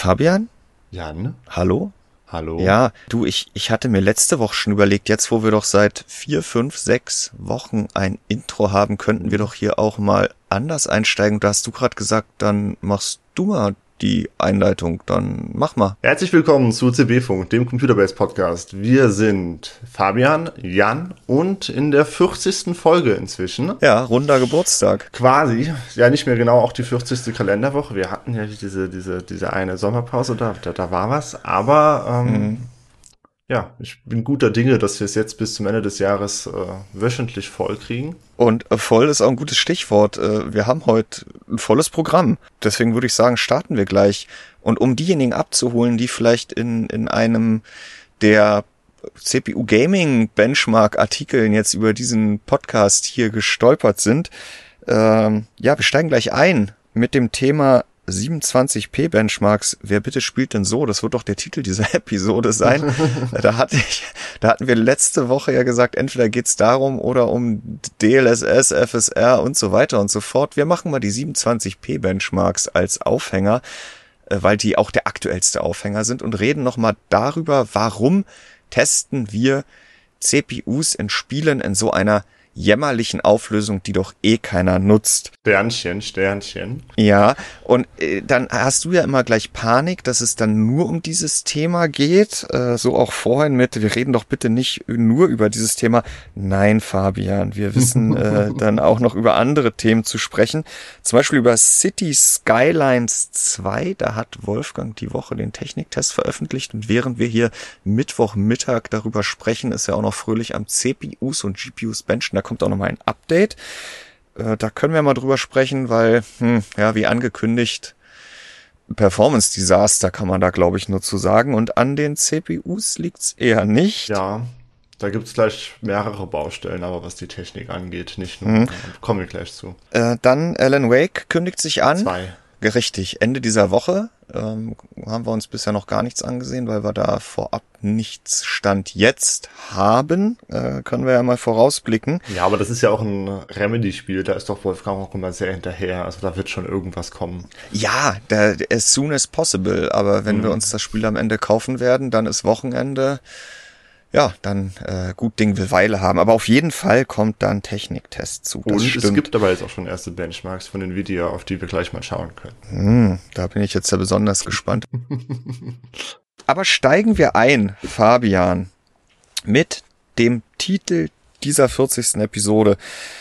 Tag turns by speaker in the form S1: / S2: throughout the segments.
S1: Fabian?
S2: Jan?
S1: Hallo?
S2: Hallo?
S1: Ja, du, ich hatte mir letzte Woche schon überlegt, jetzt wo wir doch seit 4, 5, 6 Wochen ein Intro haben, könnten wir doch hier auch mal anders einsteigen. Da hast du gerade gesagt, dann machst du mal die Einleitung, dann mach mal.
S2: Herzlich willkommen zu CB-Funk, dem Computerbase Podcast. Wir sind Fabian, Jan und in der 40. Folge inzwischen.
S1: Ja, runder Geburtstag.
S2: Quasi, ja nicht mehr genau, auch die 40. Kalenderwoche. Wir hatten ja diese eine Sommerpause, da war was. Aber ja, ich bin guter Dinge, dass wir es jetzt bis zum Ende des Jahres wöchentlich voll kriegen.
S1: Und voll ist auch ein gutes Stichwort. Wir haben heute ein volles Programm. Deswegen würde ich sagen, starten wir gleich. Und um diejenigen abzuholen, die vielleicht in einem der CPU Gaming Benchmark Artikeln jetzt über diesen Podcast hier gestolpert sind, ja, wir steigen gleich ein mit dem Thema 27p Benchmarks. Wer bitte spielt denn so? Das wird doch der Titel dieser Episode sein. Da hatten wir letzte Woche ja gesagt, entweder geht's darum oder um DLSS, FSR und so weiter und so fort. Wir machen mal die 27p Benchmarks als Aufhänger, weil die auch der aktuellste Aufhänger sind, und reden nochmal darüber, warum testen wir CPUs in Spielen in so einer jämmerlichen Auflösung, die doch eh keiner nutzt.
S2: Sternchen.
S1: Ja, und dann hast du ja immer gleich Panik, dass es dann nur um dieses Thema geht. So auch vorhin mit, wir reden doch bitte nicht nur über dieses Thema. Nein, Fabian, wir wissen dann auch noch über andere Themen zu sprechen. Zum Beispiel über City Skylines 2. Da hat Wolfgang die Woche den Techniktest veröffentlicht. Und während wir hier Mittwochmittag darüber sprechen, ist er auch noch fröhlich am CPUs und GPUs benchen. Da kommt auch nochmal ein Update. Da können wir mal drüber sprechen, weil, ja, wie angekündigt, Performance-Desaster kann man da, glaube ich, nur zu sagen. Und an den CPUs liegt's eher nicht.
S2: Ja, da gibt's gleich mehrere Baustellen, aber was die Technik angeht, nicht nur. Kommen wir gleich zu.
S1: Dann Alan Wake kündigt sich an.
S2: 2.
S1: Richtig, Ende dieser Woche. Haben wir uns bisher noch gar nichts angesehen, weil wir da vorab nichts Stand jetzt haben. Können wir ja mal vorausblicken.
S2: Ja, aber das ist ja auch ein Remedy-Spiel, da ist doch Wolfgang auch immer sehr hinterher, also da wird schon irgendwas kommen.
S1: Ja, as soon as possible, aber wenn wir uns das Spiel am Ende kaufen werden, dann ist Wochenende. Ja, dann gut Ding will Weile haben. Aber auf jeden Fall kommt dann Techniktest zu. Das
S2: und
S1: stimmt.
S2: Es gibt aber jetzt auch schon erste Benchmarks von Nvidia, auf die wir gleich mal schauen können.
S1: Da bin ich jetzt ja besonders gespannt. Aber steigen wir ein, Fabian, mit dem Titel dieser 40. Episode.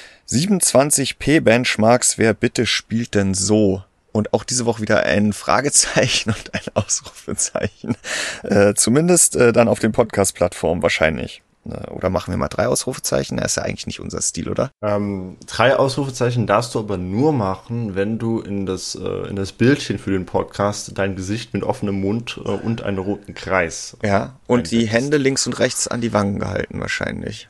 S1: 27p Benchmarks, wer bitte spielt denn so? Und auch diese Woche wieder ein Fragezeichen und ein Ausrufezeichen. Zumindest dann auf den Podcast-Plattformen wahrscheinlich. Oder machen wir mal 3 Ausrufezeichen? Das ist ja eigentlich nicht unser Stil, oder?
S2: 3 Ausrufezeichen darfst du aber nur machen, wenn du in das Bildchen für den Podcast dein Gesicht mit offenem Mund und einen roten Kreis.
S1: Ja, und die Hände links und rechts an die Wangen gehalten wahrscheinlich.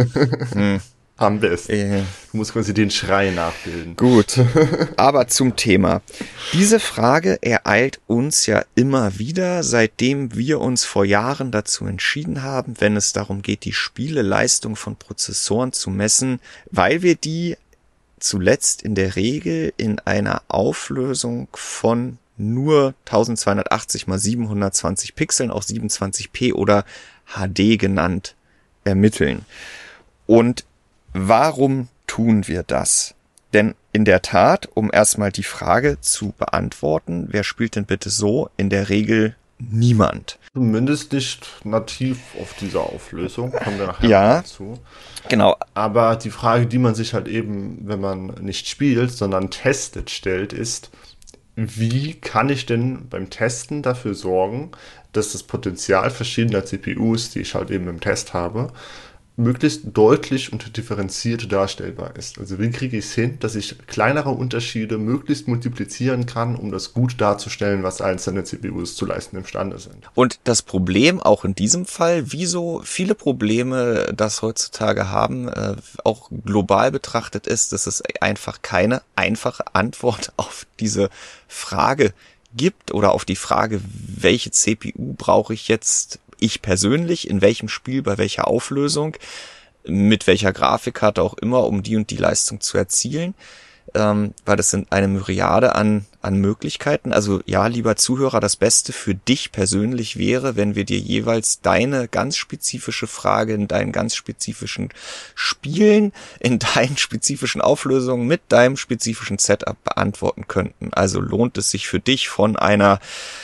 S2: Am besten. Du musst quasi den Schrei nachbilden.
S1: Gut, aber zum Thema. Diese Frage ereilt uns ja immer wieder, seitdem wir uns vor Jahren dazu entschieden haben, wenn es darum geht, die Spieleleistung von Prozessoren zu messen, weil wir die zuletzt in der Regel in einer Auflösung von nur 1280 x 720 Pixeln, auch 27p oder HD genannt, ermitteln. Und warum tun wir das? Denn in der Tat, um erstmal die Frage zu beantworten, wer spielt denn bitte so? In der Regel niemand.
S2: Zumindest nicht nativ auf dieser Auflösung. Kommen wir nachher dazu.
S1: Genau.
S2: Aber die Frage, die man sich halt eben, wenn man nicht spielt, sondern testet, stellt, ist, wie kann ich denn beim Testen dafür sorgen, dass das Potenzial verschiedener CPUs, die ich halt eben im Test habe, möglichst deutlich und differenziert darstellbar ist. Also wie kriege ich es hin, dass ich kleinere Unterschiede möglichst multiplizieren kann, um das gut darzustellen, was einzelne CPUs zu leisten imstande sind.
S1: Und das Problem auch in diesem Fall, wie so viele Probleme das heutzutage haben, auch global betrachtet ist, dass es einfach keine einfache Antwort auf diese Frage gibt oder auf die Frage, welche CPU brauche ich jetzt ich persönlich, in welchem Spiel, bei welcher Auflösung, mit welcher Grafikkarte auch immer, um die und die Leistung zu erzielen. weil das sind eine Myriade an Möglichkeiten. Also ja, lieber Zuhörer, das Beste für dich persönlich wäre, wenn wir dir jeweils deine ganz spezifische Frage in deinen ganz spezifischen Spielen, in deinen spezifischen Auflösungen mit deinem spezifischen Setup beantworten könnten. Also lohnt es sich für dich von einem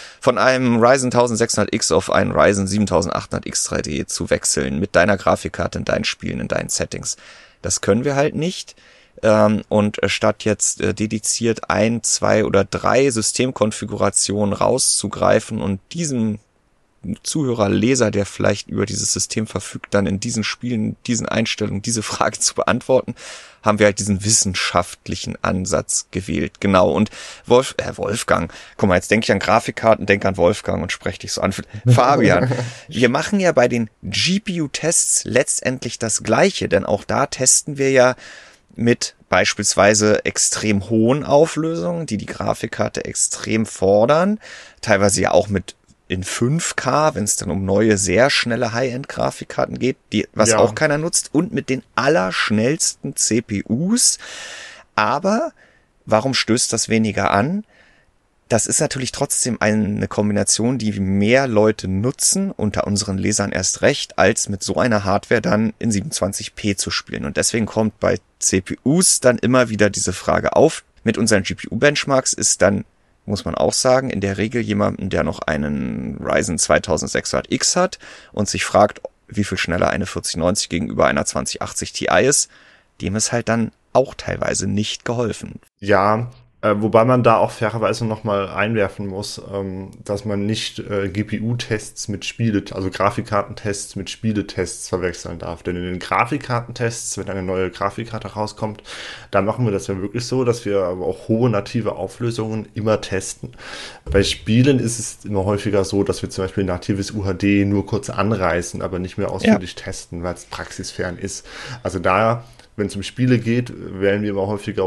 S1: Ryzen 1600X auf einen Ryzen 7800X 3D zu wechseln mit deiner Grafikkarte in deinen Spielen, in deinen Settings. Das können wir halt nicht. Und statt jetzt dediziert 1, 2 oder 3 Systemkonfigurationen rauszugreifen und diesem Zuhörer, Leser, der vielleicht über dieses System verfügt, dann in diesen Spielen, diesen Einstellungen diese Frage zu beantworten, haben wir halt diesen wissenschaftlichen Ansatz gewählt. Genau. Und Wolfgang, guck mal, jetzt denke ich an Grafikkarten, denke an Wolfgang und spreche dich so an. Fabian, wir machen ja bei den GPU-Tests letztendlich das Gleiche, denn auch da testen wir ja mit beispielsweise extrem hohen Auflösungen, die Grafikkarte extrem fordern, teilweise ja auch mit in 5K, wenn es dann um neue, sehr schnelle High-End-Grafikkarten geht, was auch keiner nutzt, und mit den allerschnellsten CPUs. Aber warum stößt das weniger an? Das ist natürlich trotzdem eine Kombination, die mehr Leute nutzen, unter unseren Lesern erst recht, als mit so einer Hardware dann in 27p zu spielen. Und deswegen kommt bei CPUs dann immer wieder diese Frage auf. Mit unseren GPU-Benchmarks ist dann, muss man auch sagen, in der Regel jemanden, der noch einen Ryzen 2600X hat und sich fragt, wie viel schneller eine 4090 gegenüber einer 2080 Ti ist, dem ist halt dann auch teilweise nicht geholfen.
S2: Ja, wobei man da auch fairerweise nochmal einwerfen muss, dass man nicht GPU-Tests mit also Grafikkartentests mit Spieletests verwechseln darf. Denn in den Grafikkartentests, wenn eine neue Grafikkarte rauskommt, da machen wir das ja wirklich so, dass wir aber auch hohe native Auflösungen immer testen. Bei Spielen ist es immer häufiger so, dass wir zum Beispiel natives UHD nur kurz anreißen, aber nicht mehr ausführlich testen, weil es praxisfern ist. Also da, wenn es um Spiele geht, wählen wir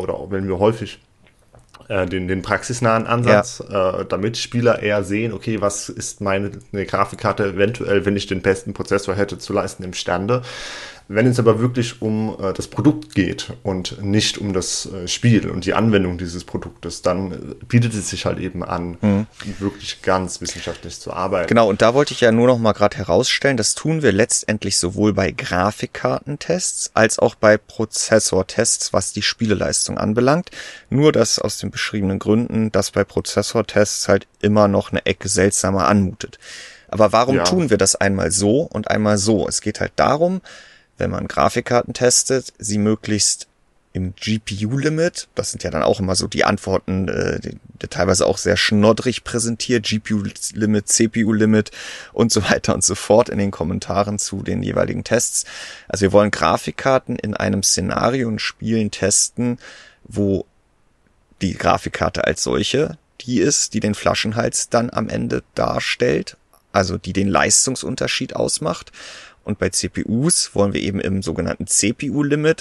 S2: häufig den praxisnahen Ansatz, damit Spieler eher sehen, okay, was ist eine Grafikkarte eventuell, wenn ich den besten Prozessor hätte, zu leisten imstande. Wenn es aber wirklich um das Produkt geht und nicht um das Spiel und die Anwendung dieses Produktes, dann bietet es sich halt eben an, wirklich ganz wissenschaftlich zu arbeiten.
S1: Genau, und da wollte ich ja nur noch mal gerade herausstellen, das tun wir letztendlich sowohl bei Grafikkartentests als auch bei Prozessortests, was die Spieleleistung anbelangt. Nur, dass aus den beschriebenen Gründen, das bei Prozessortests halt immer noch eine Ecke seltsamer anmutet. Aber warum tun wir das einmal so und einmal so? Es geht halt darum, wenn man Grafikkarten testet, sie möglichst im GPU-Limit, das sind ja dann auch immer so die Antworten, die teilweise auch sehr schnoddrig präsentiert, GPU-Limit, CPU-Limit und so weiter und so fort in den Kommentaren zu den jeweiligen Tests. Also wir wollen Grafikkarten in einem Szenario und Spielen testen, wo die Grafikkarte als solche die ist, die den Flaschenhals dann am Ende darstellt, also die den Leistungsunterschied ausmacht. Und bei CPUs wollen wir eben im sogenannten CPU-Limit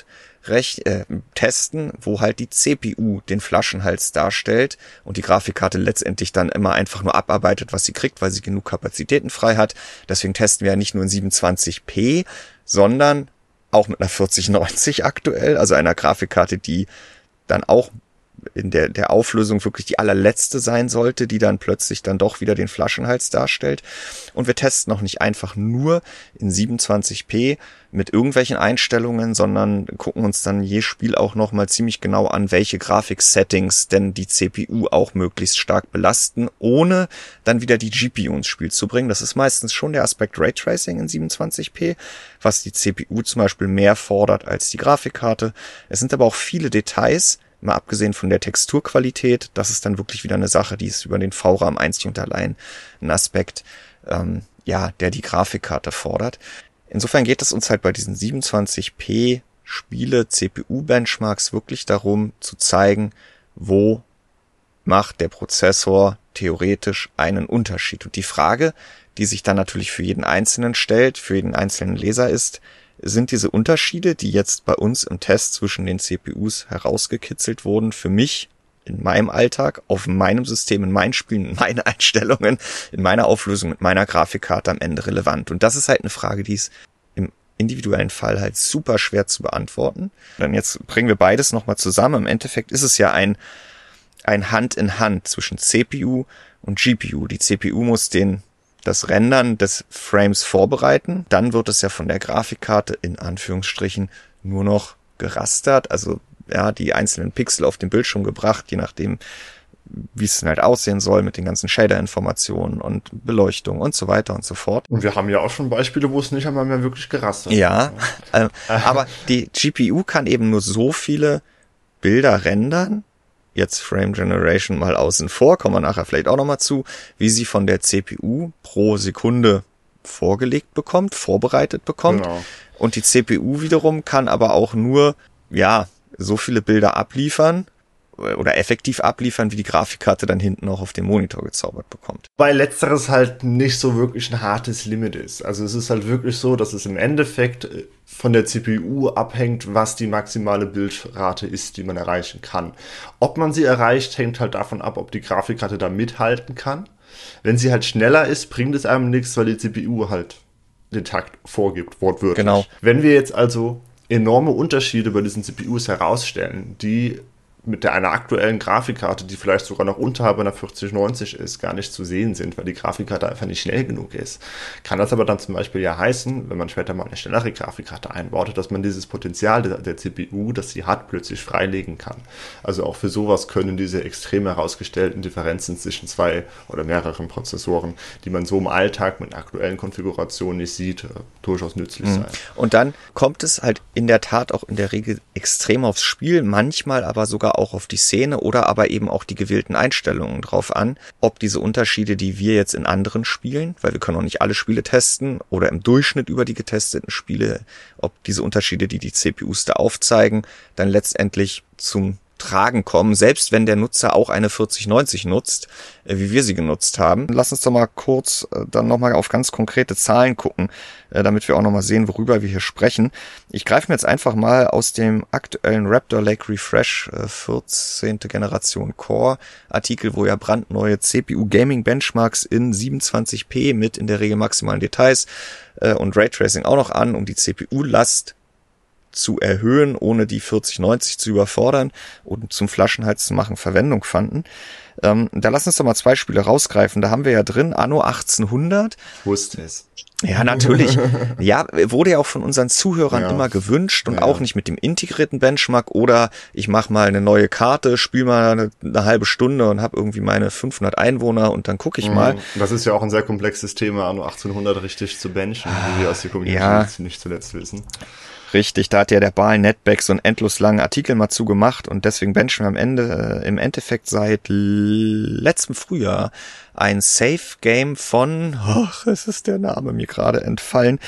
S1: testen, wo halt die CPU den Flaschenhals darstellt und die Grafikkarte letztendlich dann immer einfach nur abarbeitet, was sie kriegt, weil sie genug Kapazitäten frei hat. Deswegen testen wir ja nicht nur in 27p, sondern auch mit einer 4090 aktuell, also einer Grafikkarte, die dann auch in der Auflösung wirklich die allerletzte sein sollte, die dann plötzlich dann doch wieder den Flaschenhals darstellt. Und wir testen auch nicht einfach nur in 27p mit irgendwelchen Einstellungen, sondern gucken uns dann je Spiel auch nochmal ziemlich genau an, welche Grafik-Settings denn die CPU auch möglichst stark belasten, ohne dann wieder die GPU ins Spiel zu bringen. Das ist meistens schon der Aspekt Raytracing in 27p, was die CPU zum Beispiel mehr fordert als die Grafikkarte. Es sind aber auch viele Details, mal abgesehen von der Texturqualität, das ist dann wirklich wieder eine Sache, die ist über den VRAM einzig und allein ein Aspekt, der die Grafikkarte fordert. Insofern geht es uns halt bei diesen 27p Spiele, CPU-Benchmarks wirklich darum zu zeigen, wo macht der Prozessor theoretisch einen Unterschied. Und die Frage, die sich dann natürlich für jeden Einzelnen stellt, für jeden einzelnen Leser ist, sind diese Unterschiede, die jetzt bei uns im Test zwischen den CPUs herausgekitzelt wurden, für mich in meinem Alltag, auf meinem System, in meinen Spielen, in meinen Einstellungen, in meiner Auflösung, mit meiner Grafikkarte am Ende relevant? Und das ist halt eine Frage, die ist im individuellen Fall halt super schwer zu beantworten. Dann jetzt bringen wir beides nochmal zusammen. Im Endeffekt ist es ja ein Hand in Hand zwischen CPU und GPU. Die CPU muss das Rendern des Frames vorbereiten. Dann wird es ja von der Grafikkarte in Anführungsstrichen nur noch gerastert, also ja, die einzelnen Pixel auf den Bildschirm gebracht, je nachdem, wie es dann halt aussehen soll mit den ganzen Shader-Informationen und Beleuchtung und so weiter und so fort.
S2: Und wir haben ja auch schon Beispiele, wo es nicht einmal mehr wirklich gerastert wird.
S1: Ja, aber die GPU kann eben nur so viele Bilder rendern, jetzt Frame Generation mal außen vor, kommen wir nachher vielleicht auch nochmal zu, wie sie von der CPU pro Sekunde vorgelegt bekommt, vorbereitet bekommt.
S2: Genau.
S1: Und die CPU wiederum kann aber auch nur, ja, so viele Bilder abliefern oder effektiv abliefern, wie die Grafikkarte dann hinten auch auf dem Monitor gezaubert bekommt.
S2: Weil letzteres halt nicht so wirklich ein hartes Limit ist. Also es ist halt wirklich so, dass es im Endeffekt von der CPU abhängt, was die maximale Bildrate ist, die man erreichen kann. Ob man sie erreicht, hängt halt davon ab, ob die Grafikkarte da mithalten kann. Wenn sie halt schneller ist, bringt es einem nichts, weil die CPU halt den Takt vorgibt, wortwörtlich.
S1: Genau.
S2: Wenn wir jetzt also enorme Unterschiede bei diesen CPUs herausstellen, die mit einer aktuellen Grafikkarte, die vielleicht sogar noch unterhalb einer 4090 ist, gar nicht zu sehen sind, weil die Grafikkarte einfach nicht schnell genug ist. Kann das aber dann zum Beispiel ja heißen, wenn man später mal eine schnellere Grafikkarte einbaut, dass man dieses Potenzial der CPU, das sie hat, plötzlich freilegen kann. Also auch für sowas können diese extrem herausgestellten Differenzen zwischen zwei oder mehreren Prozessoren, die man so im Alltag mit aktuellen Konfigurationen nicht sieht, durchaus nützlich sein.
S1: Und dann kommt es halt in der Tat auch in der Regel extrem aufs Spiel, manchmal aber sogar auch auf die Szene oder aber eben auch die gewählten Einstellungen drauf an, ob diese Unterschiede, die wir jetzt in anderen Spielen, weil wir können auch nicht alle Spiele testen oder im Durchschnitt über die getesteten Spiele, ob diese Unterschiede, die CPUs da aufzeigen, dann letztendlich zum Tragen kommen, selbst wenn der Nutzer auch eine 4090 nutzt, wie wir sie genutzt haben. Lass uns doch mal kurz dann nochmal auf ganz konkrete Zahlen gucken, damit wir auch nochmal sehen, worüber wir hier sprechen. Ich greife mir jetzt einfach mal aus dem aktuellen Raptor Lake Refresh 14. Generation Core Artikel, wo ja brandneue CPU Gaming Benchmarks in 27p mit in der Regel maximalen Details und Raytracing auch noch an, um die CPU-Last zu erhöhen, ohne die 4090 zu überfordern und zum Flaschenhals zu machen, Verwendung fanden. Da lass uns doch mal zwei Spiele rausgreifen. Da haben wir ja drin Anno 1800.
S2: Wusste es.
S1: Ja, natürlich. Ja, wurde ja auch von unseren Zuhörern immer gewünscht und auch nicht mit dem integrierten Benchmark oder ich mache mal eine neue Karte, spiele mal eine halbe Stunde und habe irgendwie meine 500 Einwohner und dann gucke ich mal.
S2: Das ist ja auch ein sehr komplexes Thema, Anno 1800 richtig zu benchen, wie wir aus der Community nicht zuletzt wissen.
S1: Richtig, da hat ja der Bal Netback so einen endlos langen Artikel mal zugemacht und deswegen benchen wir am Ende im Endeffekt seit letztem Frühjahr ein Safe-Game von, es ist der Name mir gerade entfallen.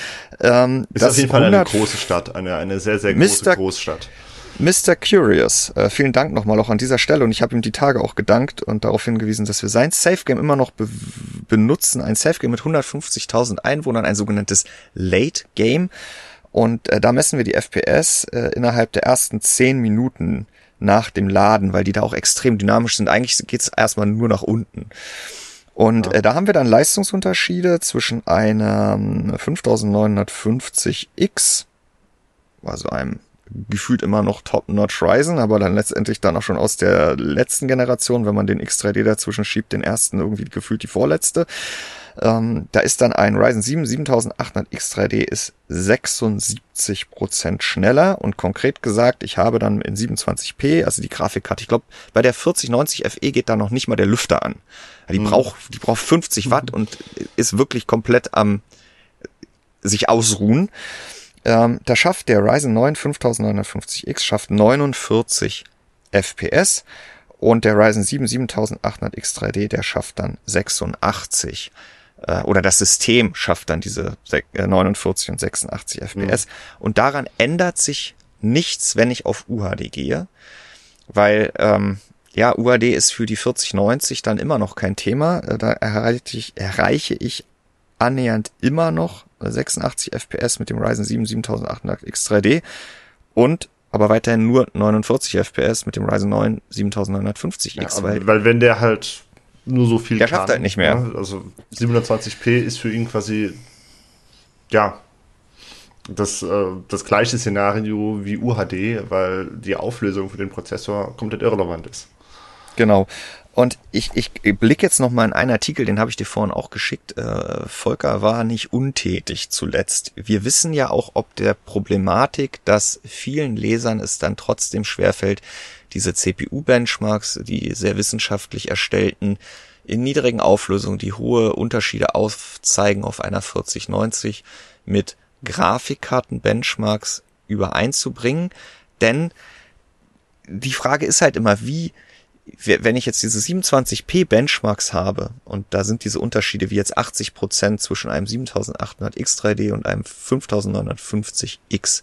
S2: Ist auf jeden Fall eine große Stadt, eine sehr, sehr große Großstadt.
S1: Mr. Curious, vielen Dank nochmal auch an dieser Stelle und ich habe ihm die Tage auch gedankt und darauf hingewiesen, dass wir sein Safe-Game immer noch benutzen, ein Safe-Game mit 150.000 Einwohnern, ein sogenanntes Late-Game. Und da messen wir die FPS innerhalb der ersten 10 Minuten nach dem Laden, weil die da auch extrem dynamisch sind. Eigentlich geht's erstmal nur nach unten. Und da haben wir dann Leistungsunterschiede zwischen einem 5950X, also einem gefühlt immer noch Top-Notch Ryzen, aber dann letztendlich dann auch schon aus der letzten Generation, wenn man den X3D dazwischen schiebt, den ersten irgendwie gefühlt die vorletzte. Da ist dann ein Ryzen 7 7800 X3D ist 76% schneller und konkret gesagt, ich habe dann in 27p, also die Grafikkarte, ich glaube, bei der 4090 Fe geht da noch nicht mal der Lüfter an. Die braucht 50 Watt und ist wirklich komplett am sich ausruhen. Da schafft der Ryzen 9 5950X schafft 49 FPS und der Ryzen 7 7800 X3D, der schafft dann 86. Oder das System schafft dann diese 49 und 86 FPS. Und daran ändert sich nichts, wenn ich auf UHD gehe, weil UHD ist für die 4090 dann immer noch kein Thema. Da erreiche ich annähernd immer noch 86 FPS mit dem Ryzen 7 7800 X3D und aber weiterhin nur 49 FPS mit dem Ryzen 9 7950X.
S2: Weil wenn der halt nur so viel
S1: der schafft halt nicht mehr.
S2: Also 720p ist für ihn quasi, das gleiche Szenario wie UHD, weil die Auflösung für den Prozessor komplett irrelevant ist.
S1: Genau. Und ich blicke jetzt noch mal in einen Artikel, den habe ich dir vorhin auch geschickt. Volker war nicht untätig zuletzt. Wir wissen ja auch ob der Problematik, dass vielen Lesern es dann trotzdem schwerfällt, diese CPU-Benchmarks, die sehr wissenschaftlich erstellten, in niedrigen Auflösungen, die hohe Unterschiede aufzeigen auf einer 4090 mit Grafikkarten-Benchmarks übereinzubringen. Denn die Frage ist halt immer, wenn ich jetzt diese 27p Benchmarks habe und da sind diese Unterschiede wie jetzt 80% zwischen einem 7800X 3D und einem 5950X.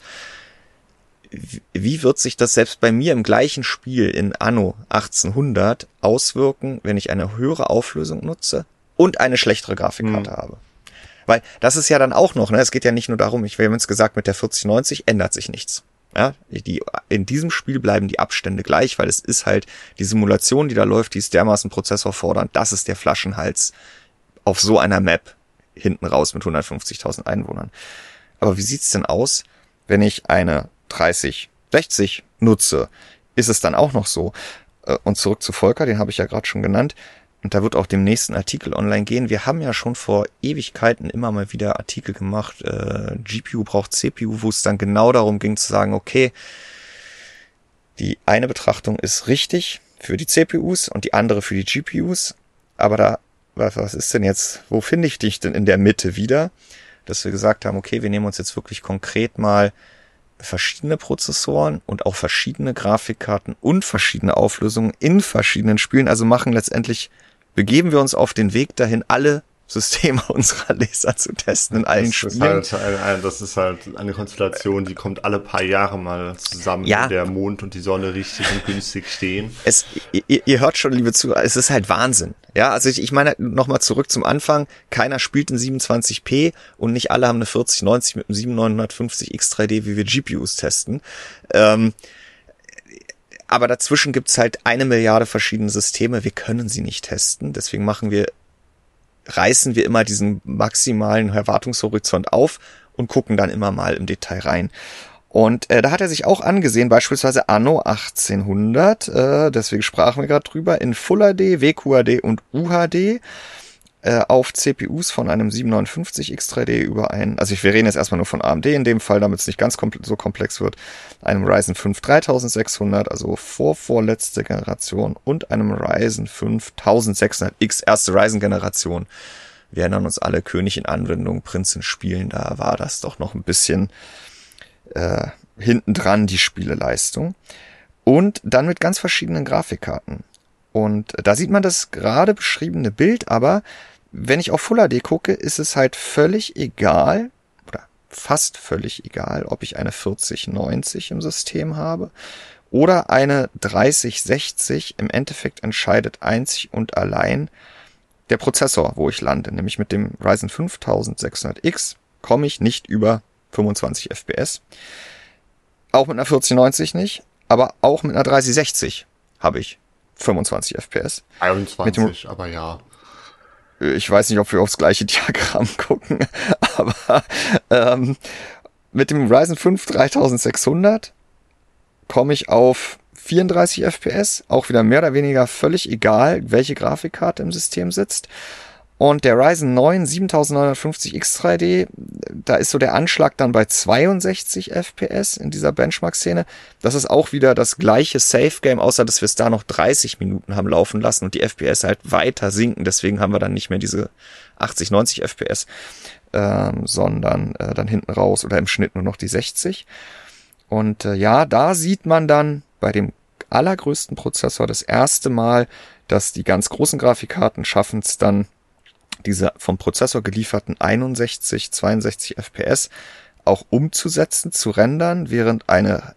S1: Wie wird sich das selbst bei mir im gleichen Spiel in Anno 1800 auswirken, wenn ich eine höhere Auflösung nutze und eine schlechtere Grafikkarte habe? Weil das ist ja dann auch noch, ne? Es geht ja nicht nur darum, wir haben jetzt gesagt, mit der 4090 ändert sich nichts. Ja, in diesem Spiel bleiben die Abstände gleich, weil es ist halt die Simulation, die da läuft, die ist dermaßen prozessorfordernd. Das ist der Flaschenhals auf so einer Map hinten raus mit 150.000 Einwohnern. Aber wie sieht's denn aus, wenn ich eine 3060 nutze? Ist es dann auch noch so? Und zurück zu Volker, den habe ich ja gerade schon genannt. Und da wird auch dem nächsten Artikel online gehen. Wir haben ja schon vor Ewigkeiten immer mal wieder Artikel gemacht, GPU braucht CPU, wo es dann genau darum ging zu sagen, okay, die eine Betrachtung ist richtig für die CPUs und die andere für die GPUs. Aber was ist denn jetzt, wo finde ich dich denn in der Mitte wieder? Dass wir gesagt haben, okay, wir nehmen uns jetzt wirklich konkret mal verschiedene Prozessoren und auch verschiedene Grafikkarten und verschiedene Auflösungen in verschiedenen Spielen, also begeben wir uns auf den Weg dahin, alle Systeme unserer Leser zu testen in allen Spielen.
S2: Das ist halt eine Konstellation, die kommt alle paar Jahre mal zusammen,
S1: ja,
S2: wenn der Mond und die Sonne richtig und günstig stehen.
S1: Ihr hört schon, liebe Zuhörer, es ist halt Wahnsinn. Ja, also ich meine, nochmal zurück zum Anfang, keiner spielt in 27p und nicht alle haben eine 4090 mit einem 7950X3D, wie wir GPUs testen. Aber dazwischen gibt's halt 1 Milliarde verschiedene Systeme. Wir können sie nicht testen. Deswegen reißen wir immer diesen maximalen Erwartungshorizont auf und gucken dann immer mal im Detail rein. Und da hat er sich auch angesehen, beispielsweise Anno 1800, deswegen sprachen wir gerade drüber, in Full HD, WQHD und UHD auf CPUs von einem 759X3D über wir reden jetzt erstmal nur von AMD in dem Fall, damit es nicht ganz so komplex wird, einem Ryzen 5 3600, also vorletzte Generation, und einem Ryzen 5 1600X, erste Ryzen-Generation. Wir erinnern uns alle, König in Anwendung, Prinz in Spielen, da war das doch noch ein bisschen hinten dran, die Spieleleistung. Und dann mit ganz verschiedenen Grafikkarten. Und da sieht man das gerade beschriebene Bild, aber wenn ich auf Full HD gucke, ist es halt völlig egal, oder fast völlig egal, ob ich eine 4090 im System habe oder eine 3060. Im Endeffekt entscheidet einzig und allein der Prozessor, wo ich lande. Nämlich mit dem Ryzen 5600X komme ich nicht über 25 FPS. Auch mit einer 4090 nicht, aber auch mit einer 3060 habe ich 25 FPS.
S2: 21, aber ja.
S1: Ich weiß nicht, ob wir aufs gleiche Diagramm gucken, aber mit dem Ryzen 5 3600 komme ich auf 34 FPS, auch wieder mehr oder weniger völlig egal, welche Grafikkarte im System sitzt. Und der Ryzen 9 7950X 3D, da ist so der Anschlag dann bei 62 FPS in dieser Benchmark-Szene. Das ist auch wieder das gleiche Safe-Game, außer dass wir es da noch 30 Minuten haben laufen lassen und die FPS halt weiter sinken. Deswegen haben wir dann nicht mehr diese 80, 90 FPS, sondern dann hinten raus oder im Schnitt nur noch die 60. Und da sieht man dann bei dem allergrößten Prozessor das erste Mal, dass die ganz großen Grafikkarten schaffen es dann, diese vom Prozessor gelieferten 61, 62 FPS auch umzusetzen, zu rendern, während eine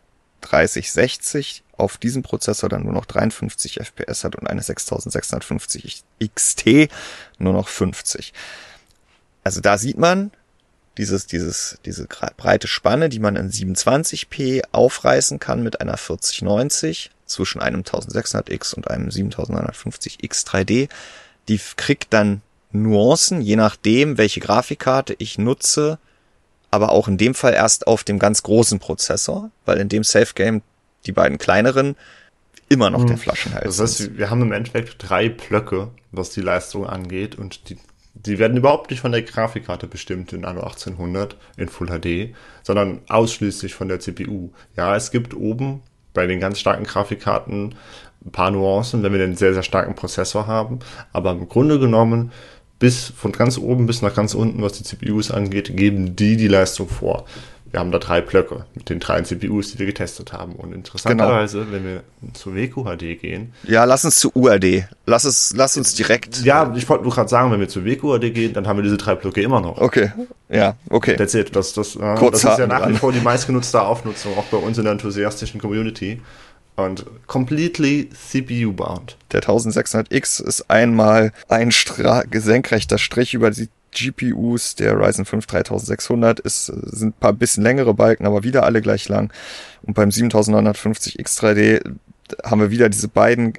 S1: 3060 auf diesem Prozessor dann nur noch 53 FPS hat und eine 6650 XT nur noch 50. Also da sieht man diese breite Spanne, die man in 27p aufreißen kann mit einer 4090 zwischen einem 1600X und einem 7950X 3D. Die kriegt dann Nuancen, je nachdem, welche Grafikkarte ich nutze, aber auch in dem Fall erst auf dem ganz großen Prozessor, weil in dem Safe Game die beiden kleineren immer noch der Flaschenhals
S2: Das heißt, wir haben im Endeffekt 3 Blöcke, was die Leistung angeht, und die werden überhaupt nicht von der Grafikkarte bestimmt in Anno 1800 in Full HD, sondern ausschließlich von der CPU. Ja, es gibt oben bei den ganz starken Grafikkarten ein paar Nuancen, wenn wir einen sehr, sehr starken Prozessor haben, aber im Grunde genommen von ganz oben bis nach ganz unten, was die CPUs angeht, geben die Leistung vor. Wir haben da 3 Blöcke mit den 3 CPUs, die wir getestet haben. Und interessanterweise, wenn wir zu WQHD gehen.
S1: Ja, lass uns zu UAD. Lass uns direkt.
S2: Ja, ich wollte nur gerade sagen, wenn wir zu WQHD gehen, dann haben wir diese 3 Blöcke immer noch.
S1: Okay. Ja, okay.
S2: That's it. Das ist ja nach wie vor die meistgenutzte Aufnutzung, auch bei uns in der enthusiastischen Community. Und completely CPU-bound.
S1: Der 1600X ist einmal ein senkrechter Strich über die GPUs. Der Ryzen 5 3600 sind ein paar bisschen längere Balken, aber wieder alle gleich lang. Und beim 7950 X3D haben wir wieder diese beiden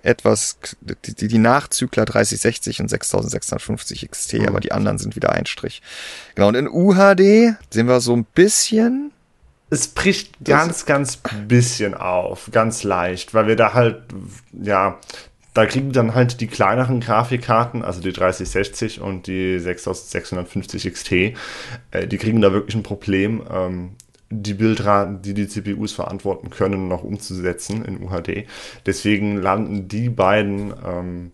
S1: die Nachzügler 3060 und 6650 XT, aber die anderen sind wieder ein Strich. Genau, und in UHD sehen wir so ein bisschen.
S2: Es bricht ganz bisschen auf, ganz leicht, weil wir da halt, ja, da kriegen dann halt die kleineren Grafikkarten, also die 3060 und die 6650 XT, die kriegen da wirklich ein Problem, die Bildraten, die CPUs verantworten können, noch umzusetzen in UHD. Deswegen landen die beiden,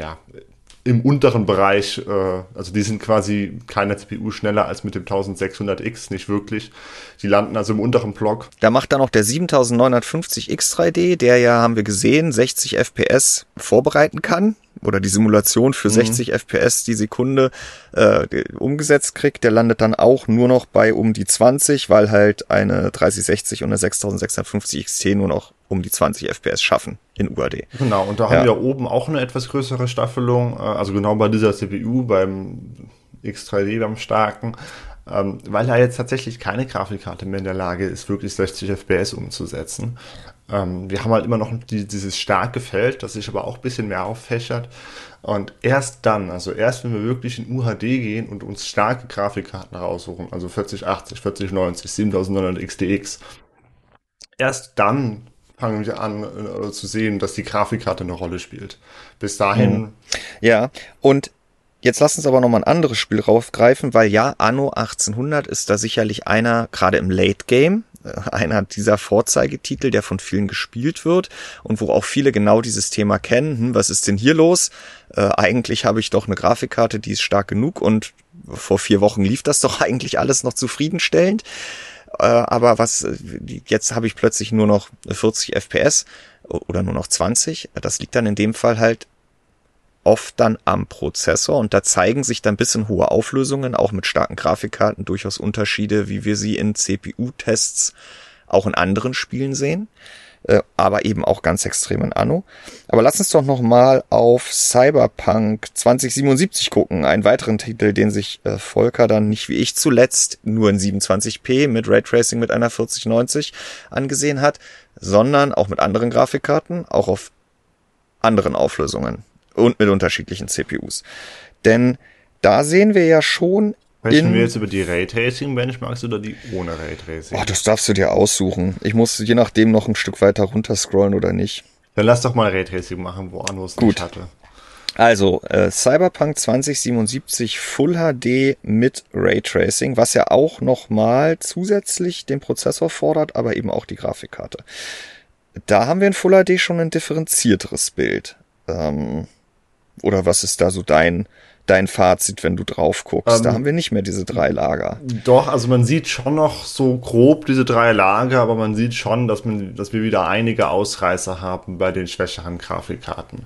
S2: im unteren Bereich, also die sind quasi keine CPU schneller als mit dem 1600X, nicht wirklich. Die landen also im unteren Block.
S1: Da macht dann auch der 7950 X3D, der ja, haben wir gesehen, 60 FPS vorbereiten kann oder die Simulation für 60 FPS die Sekunde umgesetzt kriegt. Der landet dann auch nur noch bei um die 20, weil halt eine 3060 und eine 6650 XT nur noch um die 20 FPS schaffen in UAD.
S2: Genau, und da haben wir oben auch eine etwas größere Staffelung, also genau bei dieser CPU, beim X3D, beim starken, weil da jetzt tatsächlich keine Grafikkarte mehr in der Lage ist, wirklich 60 FPS umzusetzen. Wir haben halt immer noch dieses starke Feld, das sich aber auch ein bisschen mehr auffächert. Und erst dann, also erst wenn wir wirklich in UHD gehen und uns starke Grafikkarten raussuchen, also 4080, 4090, 7900 XTX, erst dann fangen wir an zu sehen, dass die Grafikkarte eine Rolle spielt. Bis dahin.
S1: Ja, und jetzt lass uns aber nochmal ein anderes Spiel raufgreifen, weil ja, Anno 1800 ist da sicherlich einer, gerade im Late Game, einer dieser Vorzeigetitel, der von vielen gespielt wird und wo auch viele genau dieses Thema kennen. Was ist denn hier los? Eigentlich habe ich doch eine Grafikkarte, die ist stark genug und vor 4 Wochen lief das doch eigentlich alles noch zufriedenstellend. Aber jetzt habe ich plötzlich nur noch 40 FPS oder nur noch 20. Das liegt dann in dem Fall halt oft dann am Prozessor und da zeigen sich dann ein bisschen hohe Auflösungen, auch mit starken Grafikkarten, durchaus Unterschiede, wie wir sie in CPU-Tests auch in anderen Spielen sehen, aber eben auch ganz extrem in Anno. Aber lass uns doch noch mal auf Cyberpunk 2077 gucken, einen weiteren Titel, den sich Volker dann nicht wie ich zuletzt nur in 27p mit Raytracing mit einer 4090 angesehen hat, sondern auch mit anderen Grafikkarten, auch auf anderen Auflösungen und mit unterschiedlichen CPUs. Denn da sehen wir ja schon.
S2: Sprechen wir jetzt über die Raytracing-Benchmarks oder die ohne Raytracing?
S1: Oh, das darfst du dir aussuchen. Ich muss je nachdem noch ein Stück weiter runterscrollen oder nicht.
S2: Dann lass doch mal Raytracing machen, wo Anno es nicht hatte.
S1: Also, Cyberpunk 2077 Full HD mit Raytracing, was ja auch nochmal zusätzlich den Prozessor fordert, aber eben auch die Grafikkarte. Da haben wir in Full HD schon ein differenzierteres Bild. Oder was ist da so dein Fazit, wenn du drauf guckst? Da haben wir nicht mehr diese 3 Lager.
S2: Doch, also man sieht schon noch so grob diese 3 Lager, aber man sieht schon, dass wir wieder einige Ausreißer haben bei den schwächeren Grafikkarten.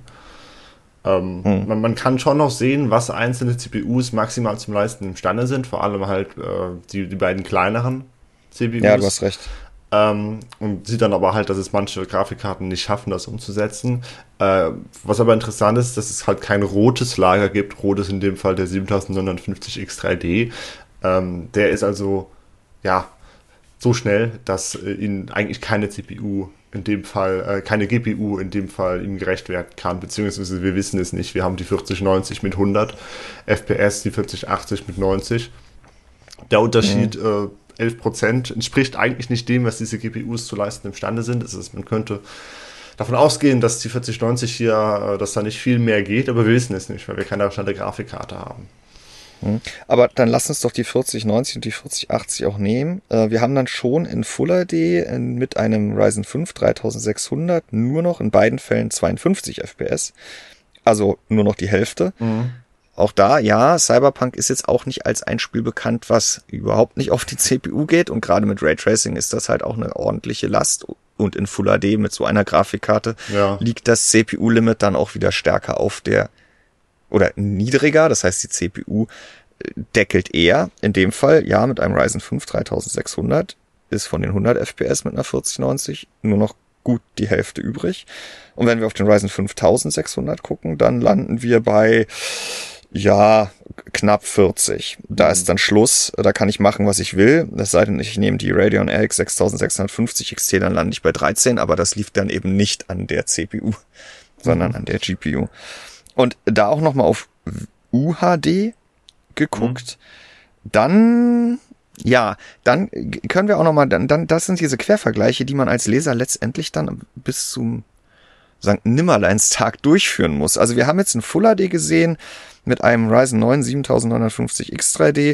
S2: Man kann schon noch sehen, was einzelne CPUs maximal zum Leisten imstande sind, vor allem halt die beiden kleineren CPUs.
S1: Ja, du hast recht.
S2: Und sieht dann aber halt, dass es manche Grafikkarten nicht schaffen, das umzusetzen. Was aber interessant ist, dass es halt kein rotes Lager gibt. Rot ist in dem Fall der 7950 X3D. Der ist also, ja, so schnell, dass ihn eigentlich keine CPU in dem Fall, keine GPU in dem Fall ihm gerecht werden kann, beziehungsweise wir wissen es nicht. Wir haben die 4090 mit 100 FPS, die 4080 mit 90. Der Unterschied 11% entspricht eigentlich nicht dem, was diese GPUs zu leisten imstande sind. Man könnte davon ausgehen, dass die 4090 hier, dass da nicht viel mehr geht, aber wir wissen es nicht, weil wir keine bestimmte Grafikkarte haben.
S1: Aber dann lass uns doch die 4090 und die 4080 auch nehmen. Wir haben dann schon in Full HD mit einem Ryzen 5 3600 nur noch in beiden Fällen 52 FPS. Also nur noch die Hälfte. Auch da, ja, Cyberpunk ist jetzt auch nicht als ein Spiel bekannt, was überhaupt nicht auf die CPU geht. Und gerade mit Raytracing ist das halt auch eine ordentliche Last. Und in Full HD mit so einer Grafikkarte liegt das CPU-Limit dann auch wieder stärker auf der oder niedriger, das heißt die CPU deckelt eher, in dem Fall, ja, mit einem Ryzen 5 3600 ist von den 100 FPS mit einer 4090 nur noch gut die Hälfte übrig. Und wenn wir auf den Ryzen 5600 gucken, dann landen wir bei, ja, knapp 40. Da ist dann Schluss, da kann ich machen, was ich will, es sei denn, ich nehme die Radeon RX 6650 XT, dann lande ich bei 13, aber das lief dann eben nicht an der CPU, sondern an der GPU. Und da auch nochmal auf UHD geguckt, dann können wir auch nochmal, dann, das sind diese Quervergleiche, die man als Leser letztendlich dann bis zum St. Nimmerleinstag durchführen muss. Also wir haben jetzt ein Full HD gesehen mit einem Ryzen 9 7950 X3D,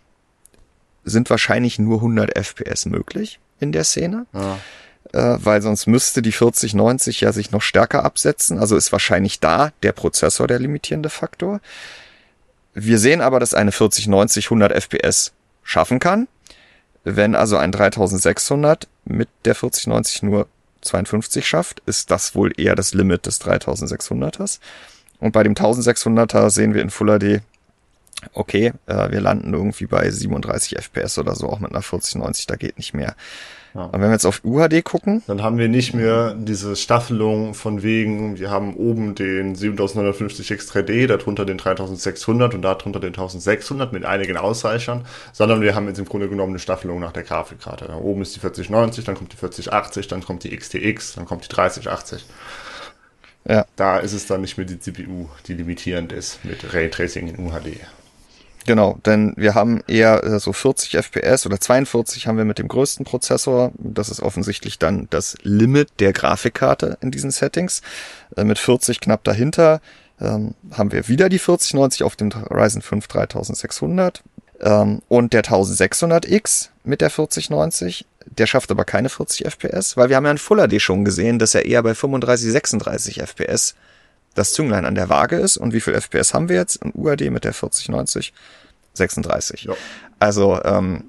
S1: sind wahrscheinlich nur 100 FPS möglich in der Szene. Ja. Weil sonst müsste die 4090 ja sich noch stärker absetzen. Also ist wahrscheinlich da der Prozessor der limitierende Faktor. Wir sehen aber, dass eine 4090 100 FPS schaffen kann. Wenn also ein 3600 mit der 4090 nur 52 schafft, ist das wohl eher das Limit des 3600ers. Und bei dem 1600er sehen wir in Full HD, okay, wir landen irgendwie bei 37 FPS oder so, auch mit einer 4090, da geht nicht mehr. Ja. Und wenn wir jetzt auf UHD gucken,
S2: dann haben wir nicht mehr diese Staffelung von wegen, wir haben oben den 7950 X3D, darunter den 3600 und darunter den 1600 mit einigen Ausreichern, sondern wir haben jetzt im Grunde genommen eine Staffelung nach der Grafikkarte. Da oben ist die 4090, dann kommt die 4080, dann kommt die XTX, dann kommt die 3080. Ja. Da ist es dann nicht mehr die CPU, die limitierend ist mit Raytracing in UHD.
S1: Genau, denn wir haben eher so 40 FPS oder 42 haben wir mit dem größten Prozessor. Das ist offensichtlich dann das Limit der Grafikkarte in diesen Settings. Mit 40 knapp dahinter haben wir wieder die 4090 auf dem Ryzen 5 3600 und der 1600X mit der 4090. Der schafft aber keine 40 FPS, weil wir haben ja in Full HD schon gesehen, dass er eher bei 35, 36 FPS das Zünglein an der Waage ist. Und wie viel FPS haben wir jetzt in UHD mit der 4090? 36. Ja. Also,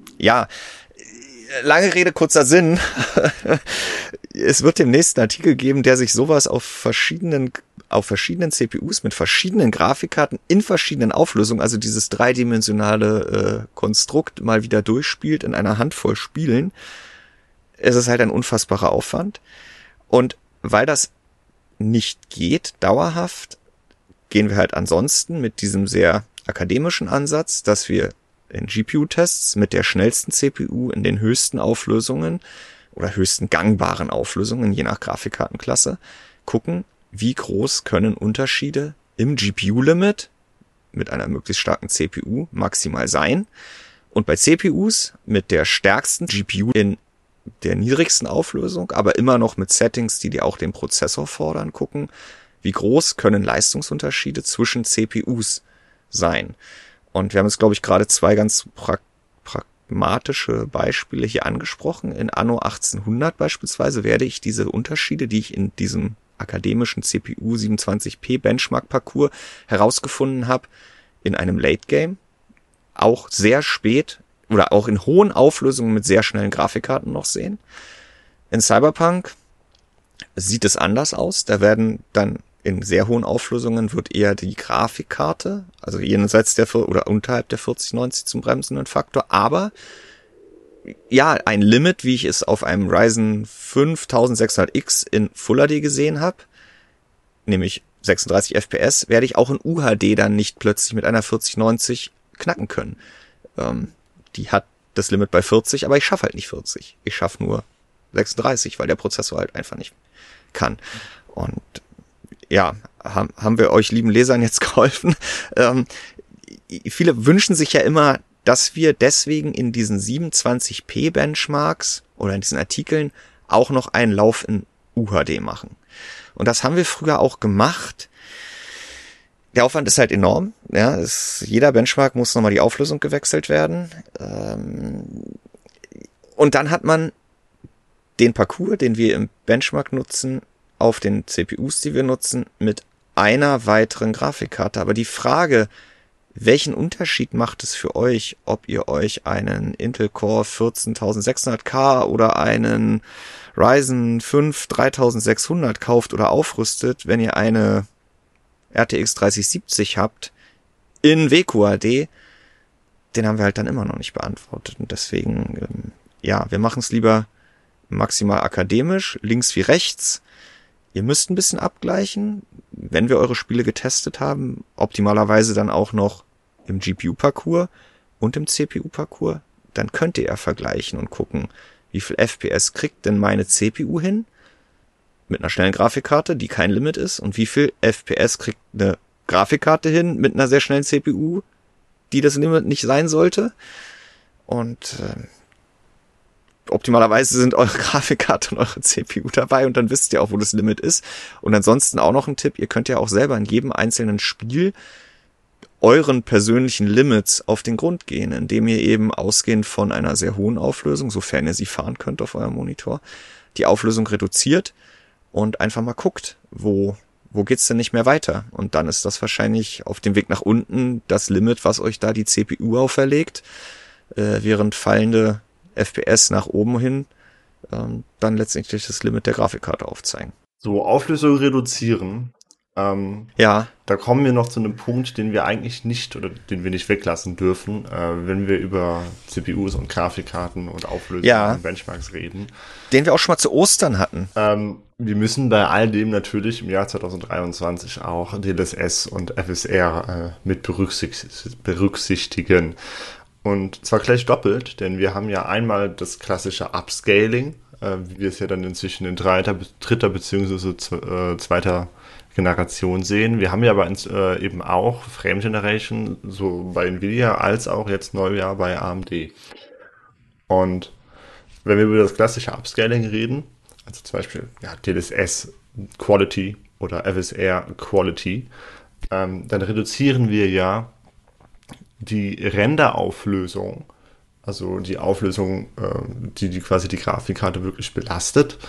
S1: lange Rede, kurzer Sinn. Es wird den nächsten Artikel geben, der sich sowas auf verschiedenen CPUs mit verschiedenen Grafikkarten in verschiedenen Auflösungen, also dieses dreidimensionale Konstrukt mal wieder durchspielt in einer Handvoll Spielen. Es ist halt ein unfassbarer Aufwand. Und weil das nicht geht, dauerhaft, gehen wir halt ansonsten mit diesem sehr akademischen Ansatz, dass wir in GPU-Tests mit der schnellsten CPU in den höchsten Auflösungen oder höchsten gangbaren Auflösungen, je nach Grafikkartenklasse, gucken, wie groß können Unterschiede im GPU-Limit mit einer möglichst starken CPU maximal sein. Und bei CPUs mit der stärksten GPU in der niedrigsten Auflösung, aber immer noch mit Settings, die auch den Prozessor fordern, gucken, wie groß können Leistungsunterschiede zwischen CPUs sein. Und wir haben jetzt, glaube ich, gerade zwei ganz pragmatische Beispiele hier angesprochen. In Anno 1800 beispielsweise werde ich diese Unterschiede, die ich in diesem akademischen CPU 27p Benchmark-Parcours herausgefunden habe, in einem Late Game auch sehr spät oder auch in hohen Auflösungen mit sehr schnellen Grafikkarten noch sehen. In Cyberpunk sieht es anders aus. Da werden dann in sehr hohen Auflösungen wird eher die Grafikkarte, also jenseits der oder unterhalb der 4090 zum bremsenden Faktor, aber ja, ein Limit, wie ich es auf einem Ryzen 5 1600X in Full HD gesehen habe, nämlich 36 FPS, werde ich auch in UHD dann nicht plötzlich mit einer 4090 knacken können. Die hat das Limit bei 40, aber ich schaffe halt nicht 40. Ich schaffe nur 36, weil der Prozessor halt einfach nicht kann. Und ja, haben wir euch lieben Lesern jetzt geholfen. Viele wünschen sich ja immer, dass wir deswegen in diesen 27p Benchmarks oder in diesen Artikeln auch noch einen Lauf in UHD machen. Und das haben wir früher auch gemacht. Der Aufwand ist halt enorm. Ja, jeder Benchmark muss nochmal die Auflösung gewechselt werden. Und dann hat man den Parcours, den wir im Benchmark nutzen, auf den CPUs, die wir nutzen, mit einer weiteren Grafikkarte. Aber die Frage, welchen Unterschied macht es für euch, ob ihr euch einen Intel Core 14600K oder einen Ryzen 5 3600 kauft oder aufrüstet, wenn ihr eine RTX 3070 habt in WQAD, den haben wir halt dann immer noch nicht beantwortet. Und deswegen, wir machen es lieber maximal akademisch, links wie rechts. Ihr müsst ein bisschen abgleichen, wenn wir eure Spiele getestet haben, optimalerweise dann auch noch im GPU-Parcours und im CPU-Parcours. Dann könnt ihr ja vergleichen und gucken, wie viel FPS kriegt denn meine CPU hin mit einer schnellen Grafikkarte, die kein Limit ist, und wie viel FPS kriegt eine Grafikkarte hin mit einer sehr schnellen CPU, die das Limit nicht sein sollte. Und optimalerweise sind eure Grafikkarte und eure CPU dabei und dann wisst ihr auch, wo das Limit ist. Und ansonsten auch noch ein Tipp, ihr könnt ja auch selber in jedem einzelnen Spiel euren persönlichen Limits auf den Grund gehen, indem ihr eben ausgehend von einer sehr hohen Auflösung, sofern ihr sie fahren könnt auf eurem Monitor, die Auflösung reduziert und einfach mal guckt, wo geht's denn nicht mehr weiter? Und dann ist das wahrscheinlich auf dem Weg nach unten das Limit, was euch da die CPU auferlegt, während fallende FPS nach oben hin dann letztendlich das Limit der Grafikkarte aufzeigen.
S2: So, Auflösung reduzieren. Da kommen wir noch zu einem Punkt, den wir eigentlich nicht oder den wir nicht weglassen dürfen, wenn wir über CPUs und Grafikkarten und Auflösungen und Benchmarks reden.
S1: Den wir auch schon mal zu Ostern hatten.
S2: Wir müssen bei all dem natürlich im Jahr 2023 auch DLSS und FSR mit berücksichtigen. Und zwar gleich doppelt, denn wir haben ja einmal das klassische Upscaling, wie wir es ja dann inzwischen in dritter bzw. zweiter Generation sehen. Wir haben ja aber eben auch Frame Generation, so bei Nvidia, als auch jetzt Neujahr bei AMD. Und wenn wir über das klassische Upscaling reden, also zum Beispiel DLSS Quality oder FSR Quality, dann reduzieren wir ja die Renderauflösung, also die Auflösung, die quasi die Grafikkarte wirklich belastet,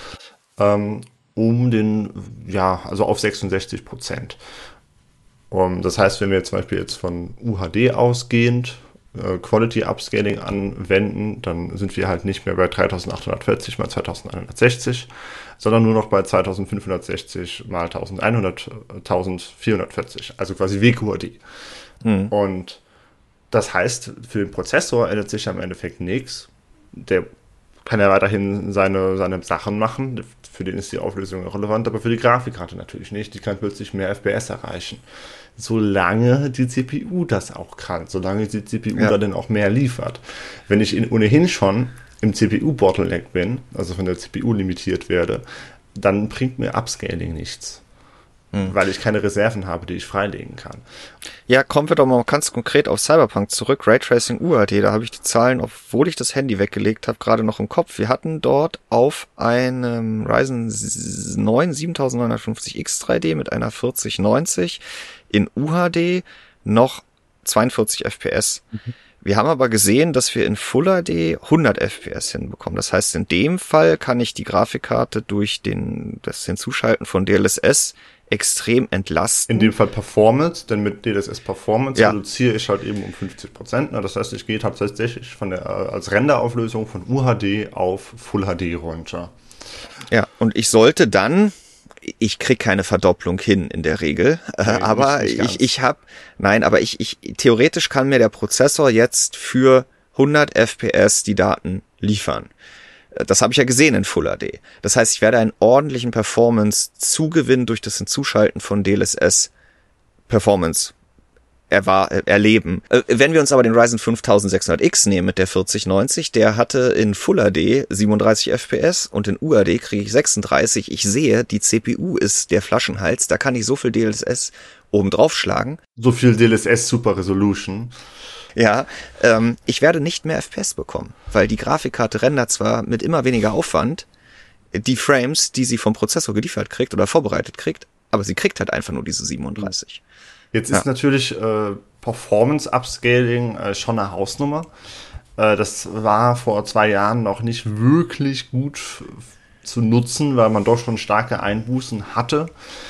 S2: also auf 66%. Das heißt, wenn wir zum Beispiel jetzt von UHD ausgehend Quality Upscaling anwenden, dann sind wir halt nicht mehr bei 3840 mal 2160, sondern nur noch bei 2560 mal 1440, also quasi WQAD. Und das heißt, für den Prozessor ändert sich am Endeffekt nichts. Der kann ja weiterhin seine Sachen machen. Für den ist die Auflösung relevant, aber für die Grafikkarte natürlich nicht. Die kann plötzlich mehr FPS erreichen. Solange die CPU das auch kann, solange die CPU da dann auch mehr liefert. Wenn ich ohnehin schon im CPU-Bottleneck bin, also von der CPU limitiert werde, dann bringt mir Upscaling nichts. Weil ich keine Reserven habe, die ich freilegen kann.
S1: Ja, kommen wir doch mal ganz konkret auf Cyberpunk zurück. Raytracing UHD, da habe ich die Zahlen, obwohl ich das Handy weggelegt habe, gerade noch im Kopf. Wir hatten dort auf einem Ryzen 9 7950X 3D mit einer 4090 in UHD noch 42 FPS. Wir haben aber gesehen, dass wir in Full HD 100 FPS hinbekommen. Das heißt, in dem Fall kann ich die Grafikkarte durch das Hinzuschalten von DLSS extrem entlasten.
S2: In dem Fall Performance, denn mit DLSS Performance reduziere ich halt eben um 50%. Das heißt, ich gehe tatsächlich als Renderauflösung von UHD auf Full HD runter.
S1: Ja, und ich sollte dann, ich krieg keine Verdopplung hin in der Regel, aber theoretisch kann mir der Prozessor jetzt für 100 FPS die Daten liefern. Das habe ich ja gesehen in Full HD. Das heißt, ich werde einen ordentlichen Performance-Zugewinn durch das Hinzuschalten von DLSS Performance erleben. Wenn wir uns aber den Ryzen 5600X nehmen mit der 4090, der hatte in Full HD 37 FPS und in UHD kriege ich 36. Ich sehe, die CPU ist der Flaschenhals, da kann ich so viel DLSS oben drauf schlagen.
S2: So viel DLSS Super Resolution.
S1: Ja, ich werde nicht mehr FPS bekommen, weil die Grafikkarte rendert zwar mit immer weniger Aufwand die Frames, die sie vom Prozessor geliefert kriegt oder vorbereitet kriegt, aber sie kriegt halt einfach nur diese 37.
S2: Jetzt ist natürlich Performance-Upscaling schon eine Hausnummer. Das war vor 2 Jahren noch nicht wirklich gut zu nutzen, weil man doch schon starke Einbußen hatte.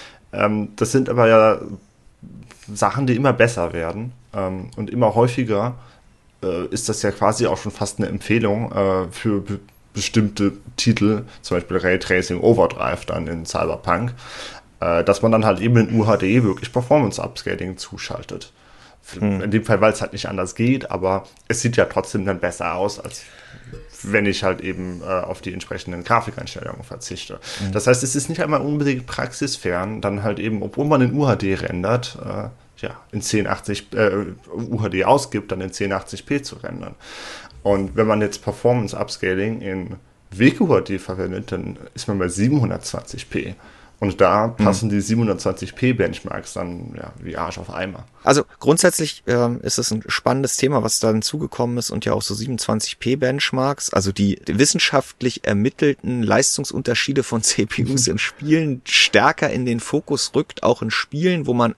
S2: Das sind aber ja Sachen, die immer besser werden. Und immer häufiger ist das ja quasi auch schon fast eine Empfehlung für bestimmte Titel, zum Beispiel Raytracing Overdrive dann in Cyberpunk, dass man dann halt eben in UHD wirklich Performance-Upscaling zuschaltet. In dem Fall, weil es halt nicht anders geht, aber es sieht ja trotzdem dann besser aus, als wenn ich halt eben auf die entsprechenden Grafikeinstellungen verzichte. Das heißt, es ist nicht einmal unbedingt praxisfern, dann halt eben, obwohl man in UHD rendert, in 1080 UHD ausgibt, dann in 1080p zu rendern. Und wenn man jetzt Performance Upscaling in WQHD verwendet, dann ist man bei 720p. Und da passen die 720p Benchmarks dann wie Arsch auf Eimer.
S1: Also grundsätzlich ist es ein spannendes Thema, was da hinzugekommen ist und ja auch so 27p Benchmarks, also die wissenschaftlich ermittelten Leistungsunterschiede von CPUs in Spielen stärker in den Fokus rückt, auch in Spielen, wo man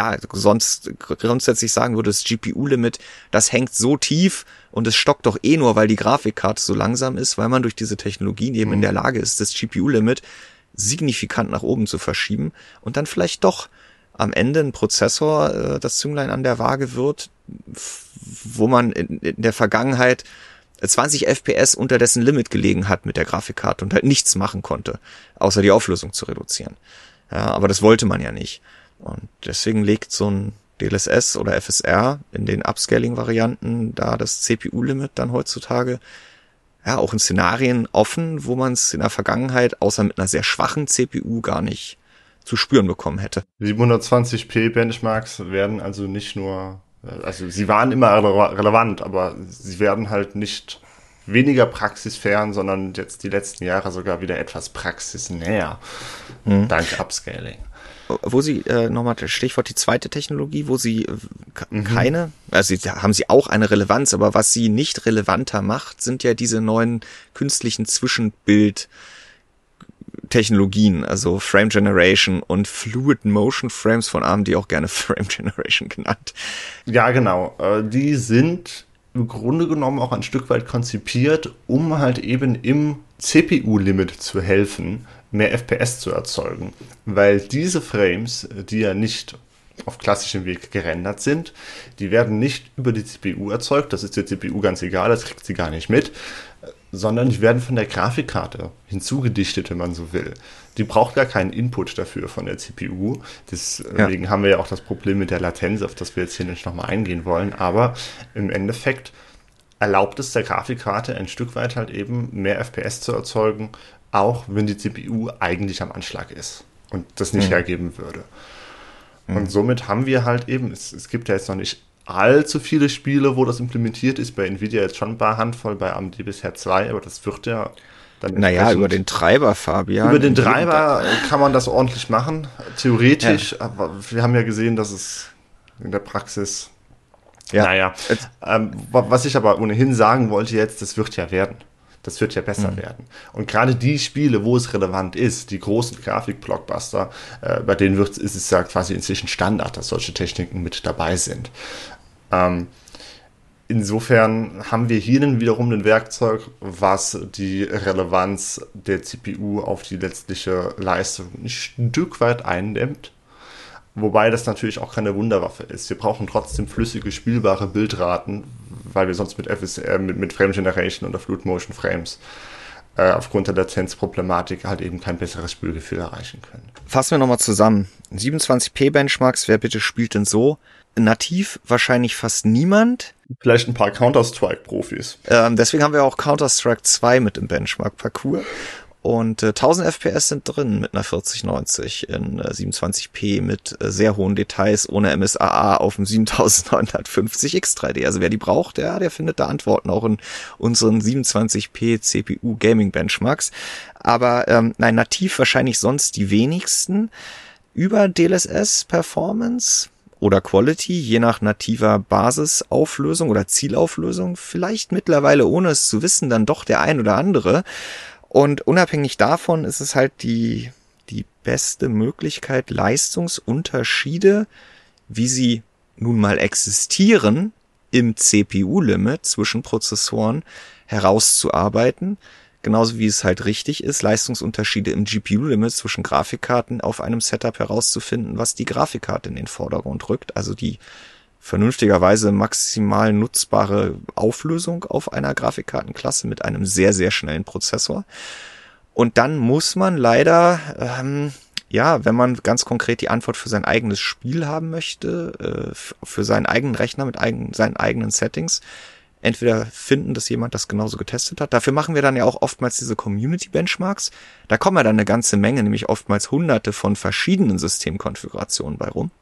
S1: sonst grundsätzlich sagen würde, das GPU-Limit, das hängt so tief und es stockt doch nur, weil die Grafikkarte so langsam ist, weil man durch diese Technologien eben in der Lage ist, das GPU-Limit signifikant nach oben zu verschieben und dann vielleicht doch am Ende ein Prozessor das Zünglein an der Waage wird, wo man in der Vergangenheit 20 FPS unter dessen Limit gelegen hat mit der Grafikkarte und halt nichts machen konnte, außer die Auflösung zu reduzieren. Ja, aber das wollte man ja nicht. Und deswegen legt so ein DLSS oder FSR in den Upscaling-Varianten da das CPU-Limit dann heutzutage auch in Szenarien offen, wo man es in der Vergangenheit außer mit einer sehr schwachen CPU gar nicht zu spüren bekommen hätte.
S2: 720p Benchmarks werden also nicht nur, also sie waren immer relevant, aber sie werden halt nicht weniger praxisfern, sondern jetzt die letzten Jahre sogar wieder etwas praxisnäher, dank Upscaling.
S1: Wo sie, nochmal das Stichwort die zweite Technologie, wo sie keine, also haben sie auch eine Relevanz, aber was sie nicht relevanter macht, sind ja diese neuen künstlichen Zwischenbild-Technologien, also Frame Generation und Fluid Motion Frames von AMD, auch gerne Frame Generation genannt.
S2: Ja, genau. Die sind im Grunde genommen auch ein Stück weit konzipiert, um halt eben im CPU-Limit zu helfen, mehr FPS zu erzeugen. Weil diese Frames, die ja nicht auf klassischem Weg gerendert sind, die werden nicht über die CPU erzeugt, das ist der CPU ganz egal, das kriegt sie gar nicht mit, sondern die werden von der Grafikkarte hinzugedichtet, wenn man so will. Die braucht gar keinen Input dafür von der CPU, deswegen haben wir ja auch das Problem mit der Latenz, auf das wir jetzt hier nicht nochmal eingehen wollen, aber im Endeffekt erlaubt es der Grafikkarte ein Stück weit halt eben mehr FPS zu erzeugen, auch wenn die CPU eigentlich am Anschlag ist und das nicht hergeben würde. Und somit haben wir halt eben, es gibt ja jetzt noch nicht allzu viele Spiele, wo das implementiert ist, bei Nvidia jetzt schon ein paar Handvoll, bei AMD bisher 2, aber das wird ja dann
S1: über den Treiber, Fabian.
S2: Über den Treiber kann man das ordentlich machen, theoretisch, aber wir haben ja gesehen, dass es in der Praxis was ich aber ohnehin sagen wollte jetzt, das wird ja werden. Das wird ja besser werden. Und gerade die Spiele, wo es relevant ist, die großen Grafik-Blockbuster, bei denen ist es ja quasi inzwischen Standard, dass solche Techniken mit dabei sind. Insofern haben wir hier dann wiederum ein Werkzeug, was die Relevanz der CPU auf die letztliche Leistung ein Stück weit eindämmt. Wobei das natürlich auch keine Wunderwaffe ist. Wir brauchen trotzdem flüssige, spielbare Bildraten, weil wir sonst mit FSR, mit Frame Generation oder Fluid Motion Frames aufgrund der Latenzproblematik halt eben kein besseres Spielgefühl erreichen können.
S1: Fassen wir nochmal zusammen. 27p Benchmarks, wer bitte spielt denn so? Nativ wahrscheinlich fast niemand.
S2: Vielleicht ein paar Counter-Strike-Profis.
S1: Deswegen haben wir auch Counter-Strike 2 mit im Benchmark-Parcours. Und 1000 FPS sind drin mit einer 4090 in 27p mit sehr hohen Details ohne MSAA auf dem 7950 X3D. Also wer die braucht, der findet da Antworten auch in unseren 27p CPU Gaming Benchmarks. Aber nativ wahrscheinlich sonst die wenigsten. Über DLSS Performance oder Quality, je nach nativer Basisauflösung oder Zielauflösung, vielleicht mittlerweile, ohne es zu wissen, dann doch der ein oder andere. Und unabhängig davon ist es halt die beste Möglichkeit, Leistungsunterschiede, wie sie nun mal existieren, im CPU-Limit zwischen Prozessoren herauszuarbeiten. Genauso wie es halt richtig ist, Leistungsunterschiede im GPU-Limit zwischen Grafikkarten auf einem Setup herauszufinden, was die Grafikkarte in den Vordergrund rückt. Also die vernünftigerweise maximal nutzbare Auflösung auf einer Grafikkartenklasse mit einem sehr, sehr schnellen Prozessor. Und dann muss man leider, wenn man ganz konkret die Antwort für sein eigenes Spiel haben möchte, für seinen eigenen Rechner mit seinen eigenen Settings, entweder finden, dass jemand das genauso getestet hat. Dafür machen wir dann ja auch oftmals diese Community-Benchmarks. Da kommen ja dann eine ganze Menge, nämlich oftmals hunderte von verschiedenen Systemkonfigurationen bei rum.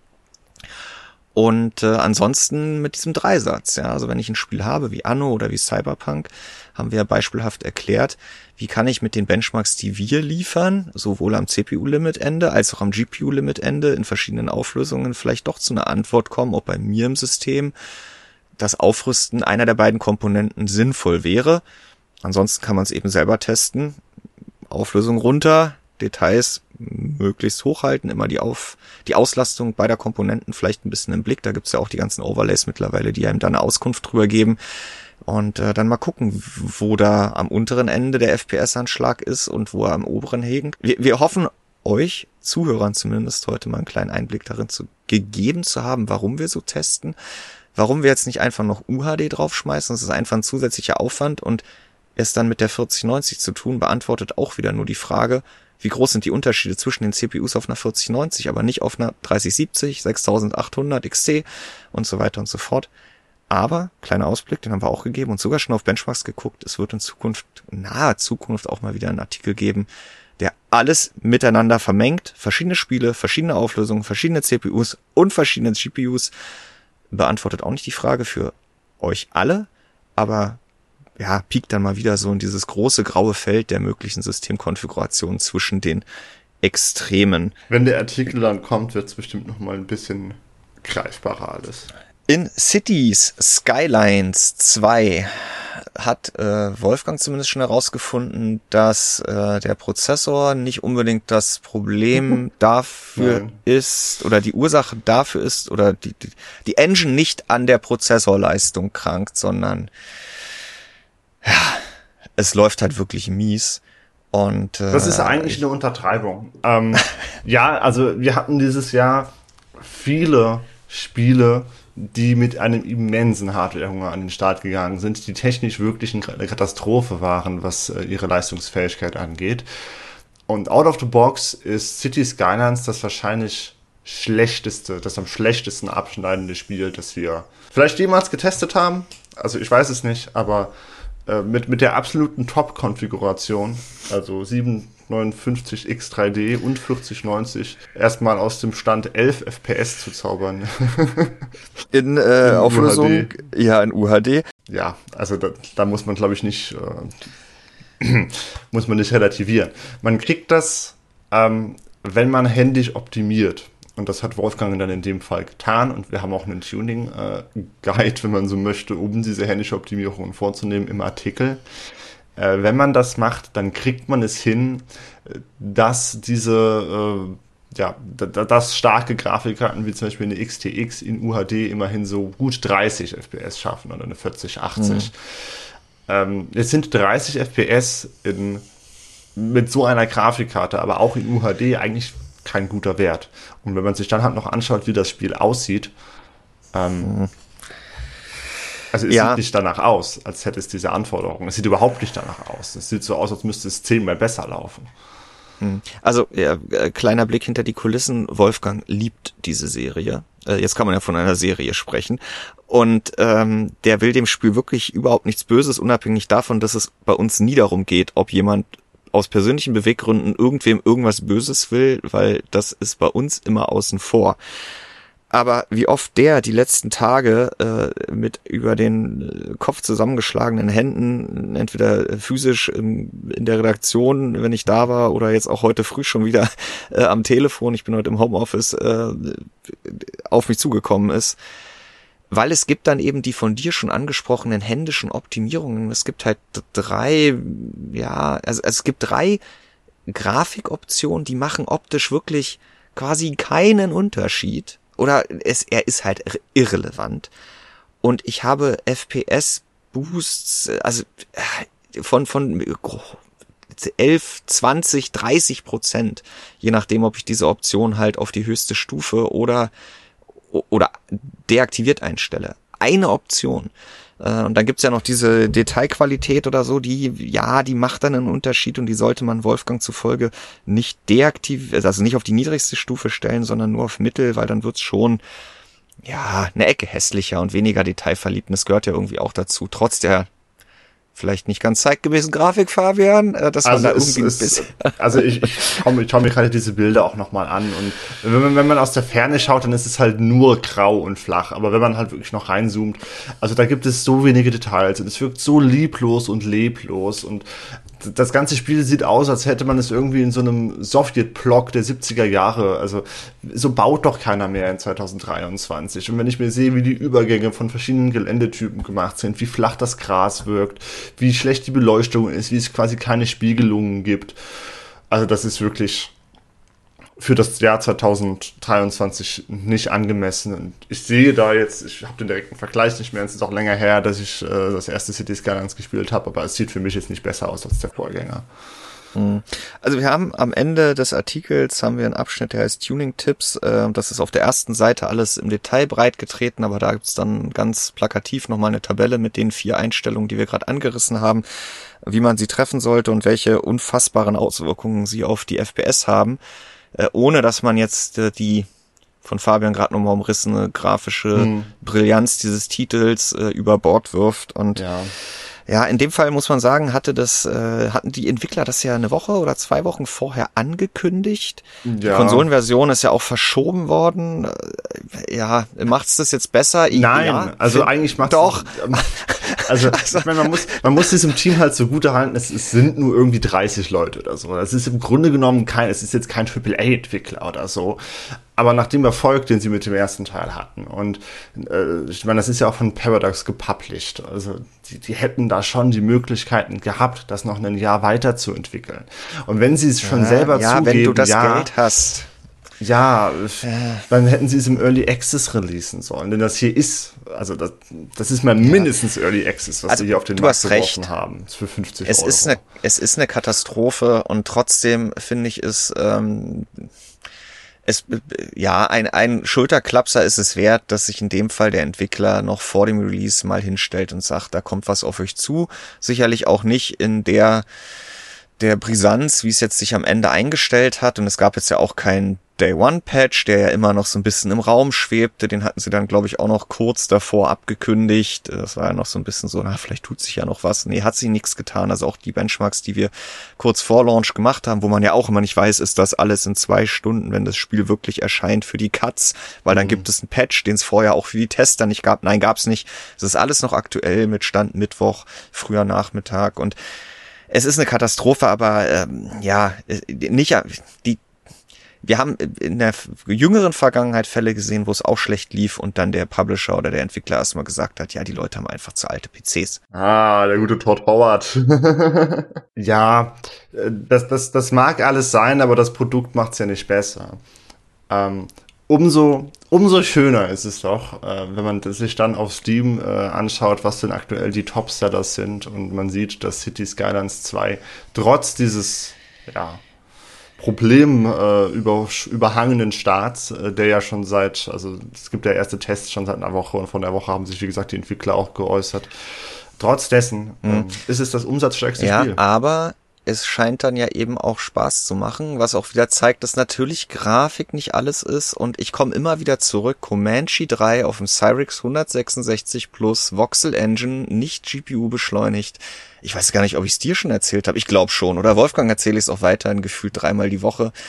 S1: Und ansonsten mit diesem Dreisatz, ja, also wenn ich ein Spiel habe wie Anno oder wie Cyberpunk, haben wir ja beispielhaft erklärt, wie kann ich mit den Benchmarks, die wir liefern, sowohl am CPU-Limit-Ende als auch am GPU-Limit-Ende in verschiedenen Auflösungen vielleicht doch zu einer Antwort kommen, ob bei mir im System das Aufrüsten einer der beiden Komponenten sinnvoll wäre. Ansonsten kann man es eben selber testen. Auflösung runter, Details möglichst hochhalten, immer die Auslastung beider Komponenten vielleicht ein bisschen im Blick. Da gibt's ja auch die ganzen Overlays mittlerweile, die einem da eine Auskunft drüber geben. Und dann mal gucken, wo da am unteren Ende der FPS-Anschlag ist und wo er am oberen hängt. Wir hoffen, euch Zuhörern zumindest heute mal einen kleinen Einblick darin gegeben zu haben, warum wir so testen. Warum wir jetzt nicht einfach noch UHD draufschmeißen, das ist einfach ein zusätzlicher Aufwand, und es dann mit der 4090 zu tun, beantwortet auch wieder nur die Frage, wie groß sind die Unterschiede zwischen den CPUs auf einer 4090, aber nicht auf einer 3070, 6800 XT und so weiter und so fort. Aber, kleiner Ausblick, den haben wir auch gegeben und sogar schon auf Benchmarks geguckt, es wird in naher Zukunft auch mal wieder einen Artikel geben, der alles miteinander vermengt, verschiedene Spiele, verschiedene Auflösungen, verschiedene CPUs und verschiedene GPUs, beantwortet auch nicht die Frage für euch alle, aber ja, piekt dann mal wieder so in dieses große graue Feld der möglichen Systemkonfigurationen zwischen den Extremen.
S2: Wenn der Artikel dann kommt, wird es bestimmt noch mal ein bisschen greifbarer alles.
S1: In Cities Skylines 2 hat Wolfgang zumindest schon herausgefunden, dass der Prozessor nicht unbedingt das Problem dafür ist oder die Ursache dafür ist oder die Engine nicht an der Prozessorleistung krankt, sondern ja, es läuft halt wirklich mies. Und
S2: das ist eigentlich eine Untertreibung. Ja, also wir hatten dieses Jahr viele Spiele, die mit einem immensen Hardwarehunger an den Start gegangen sind, die technisch wirklich eine Katastrophe waren, was ihre Leistungsfähigkeit angeht. Und out of the box ist Cities Skylines das wahrscheinlich das am schlechtesten abschneidende Spiel, das wir vielleicht jemals getestet haben. Also ich weiß es nicht, aber mit der absoluten Top-Konfiguration, also 759X3D und 4090, erstmal aus dem Stand 11 FPS zu zaubern.
S1: In Auflösung, UHD. Ja, in UHD.
S2: Ja, also da muss man, glaube ich, nicht muss man nicht relativieren. Man kriegt das, wenn man händisch optimiert. Und das hat Wolfgang dann in dem Fall getan. Und wir haben auch einen Tuning-Guide, wenn man so möchte, um diese händische Optimierung vorzunehmen im Artikel. Wenn man das macht, dann kriegt man es hin, dass dass starke Grafikkarten wie zum Beispiel eine XTX in UHD immerhin so gut 30 FPS schaffen oder eine 4080. Jetzt sind 30 FPS mit so einer Grafikkarte, aber auch in UHD eigentlich kein guter Wert. Und wenn man sich dann halt noch anschaut, wie das Spiel aussieht, also es sieht nicht danach aus, als hätte es diese Anforderungen. Es sieht überhaupt nicht danach aus. Es sieht so aus, als müsste es 10-mal besser laufen.
S1: Also, kleiner Blick hinter die Kulissen. Wolfgang liebt diese Serie. Jetzt kann man ja von einer Serie sprechen. Und der will dem Spiel wirklich überhaupt nichts Böses, unabhängig davon, dass es bei uns nie darum geht, ob jemand aus persönlichen Beweggründen irgendwem irgendwas Böses will, weil das ist bei uns immer außen vor. Aber wie oft der die letzten Tage mit über den Kopf zusammengeschlagenen Händen, entweder physisch in der Redaktion, wenn ich da war, oder jetzt auch heute früh schon wieder am Telefon, ich bin heute im Homeoffice, auf mich zugekommen ist. Weil es gibt dann eben die von dir schon angesprochenen händischen Optimierungen. Es gibt halt es gibt 3 Grafikoptionen, die machen optisch wirklich quasi keinen Unterschied. Oder er ist halt irrelevant. Und ich habe FPS-Boosts, also von 11, 20, 30%, je nachdem, ob ich diese Option halt auf die höchste Stufe oder deaktiviert einstelle. Eine Option. Und dann gibt's ja noch diese Detailqualität oder so, die macht dann einen Unterschied und die sollte man Wolfgang zufolge nicht also nicht auf die niedrigste Stufe stellen, sondern nur auf Mittel, weil dann wird's schon, eine Ecke hässlicher und weniger detailverliebt. Und das gehört ja irgendwie auch dazu, trotz der vielleicht nicht ganz zeitgemäßen Grafik, Fabian, dass man da irgendwie ein bisschen...
S2: Also ich schaue mir gerade diese Bilder auch nochmal an und wenn man aus der Ferne schaut, dann ist es halt nur grau und flach, aber wenn man halt wirklich noch reinzoomt, also da gibt es so wenige Details und es wirkt so lieblos und leblos und das ganze Spiel sieht aus, als hätte man es irgendwie in so einem Sowjet-Block der 70er Jahre, also so baut doch keiner mehr in 2023. Und wenn ich mir sehe, wie die Übergänge von verschiedenen Geländetypen gemacht sind, wie flach das Gras wirkt, wie schlecht die Beleuchtung ist, wie es quasi keine Spiegelungen gibt, also das ist wirklich für das Jahr 2023 nicht angemessen. Und ich sehe da jetzt, ich habe den direkten Vergleich nicht mehr, es ist auch länger her, dass ich das erste Cities Skylines gespielt habe, aber es sieht für mich jetzt nicht besser aus als der Vorgänger.
S1: Also wir haben am Ende des Artikels einen Abschnitt, der heißt Tuning-Tipps. Das ist auf der ersten Seite alles im Detail breit getreten, aber da gibt's dann ganz plakativ nochmal eine Tabelle mit den 4 Einstellungen, die wir gerade angerissen haben, wie man sie treffen sollte und welche unfassbaren Auswirkungen sie auf die FPS haben. Ohne dass man jetzt die von Fabian gerade nochmal umrissene grafische Brillanz dieses Titels über Bord wirft. Und in dem Fall muss man sagen, hatten die Entwickler das ja 1 Woche oder 2 Wochen vorher angekündigt. Ja. Die Konsolenversion ist ja auch verschoben worden. Macht's das jetzt besser?
S2: Nein, also eigentlich macht's
S1: doch.
S2: Also ich meine, man muss diesem Team halt so gut halten, es sind nur irgendwie 30 Leute oder so. Das ist im Grunde genommen es ist jetzt kein AAA-Entwickler oder so. Aber nach dem Erfolg, den sie mit dem ersten Teil hatten, und ich meine, das ist ja auch von Paradox gepublished, also die hätten da schon die Möglichkeiten gehabt, das noch ein Jahr weiterzuentwickeln. Und wenn sie es schon selber zugeben,
S1: wenn du das Geld hast.
S2: Ja, dann hätten sie es im Early Access releasen sollen, denn das hier ist, also das ist mal mindestens Early Access, was sie hier auf den Markt geworfen haben. Das ist für 50 Euro.
S1: Es ist eine Katastrophe und trotzdem finde ich es, ein Schulterklapser ist es wert, dass sich in dem Fall der Entwickler noch vor dem Release mal hinstellt und sagt, da kommt was auf euch zu. Sicherlich auch nicht in der Brisanz, wie es jetzt sich am Ende eingestellt hat. Und es gab jetzt ja auch keinen Day-One-Patch, der ja immer noch so ein bisschen im Raum schwebte. Den hatten sie dann, glaube ich, auch noch kurz davor abgekündigt. Das war ja noch so ein bisschen so, vielleicht tut sich ja noch was. Nee, hat sich nichts getan. Also auch die Benchmarks, die wir kurz vor Launch gemacht haben, wo man ja auch immer nicht weiß, ist das alles in 2 Stunden, wenn das Spiel wirklich erscheint für die Cuts, weil dann gibt es einen Patch, den es vorher auch für die Tester nicht gab. Nein, gab's nicht. Es ist alles noch aktuell mit Stand Mittwoch, früher Nachmittag, und es ist eine Katastrophe, aber wir haben in der jüngeren Vergangenheit Fälle gesehen, wo es auch schlecht lief und dann der Publisher oder der Entwickler erstmal gesagt hat, die Leute haben einfach zu alte PCs.
S2: Der gute Todd Howard. Ja, das mag alles sein, aber das Produkt macht's ja nicht besser. Umso schöner ist es doch, wenn man sich dann auf Steam anschaut, was denn aktuell die Topsellers sind, und man sieht, dass Cities Skylines 2 trotz dieses überhangenen Starts, der ja schon es gibt ja erste Tests schon seit 1 Woche, und von der Woche haben sich, wie gesagt, die Entwickler auch geäußert. Trotz dessen ist es das umsatzstärkste Spiel.
S1: Ja, aber es scheint dann ja eben auch Spaß zu machen, was auch wieder zeigt, dass natürlich Grafik nicht alles ist, und ich komme immer wieder zurück, Comanche 3 auf dem Cyrix 166 Plus, Voxel Engine, nicht GPU beschleunigt. Ich weiß gar nicht, ob ich es dir schon erzählt habe, ich glaube schon, oder Wolfgang erzähle ich es auch weiterhin gefühlt 3-mal die Woche.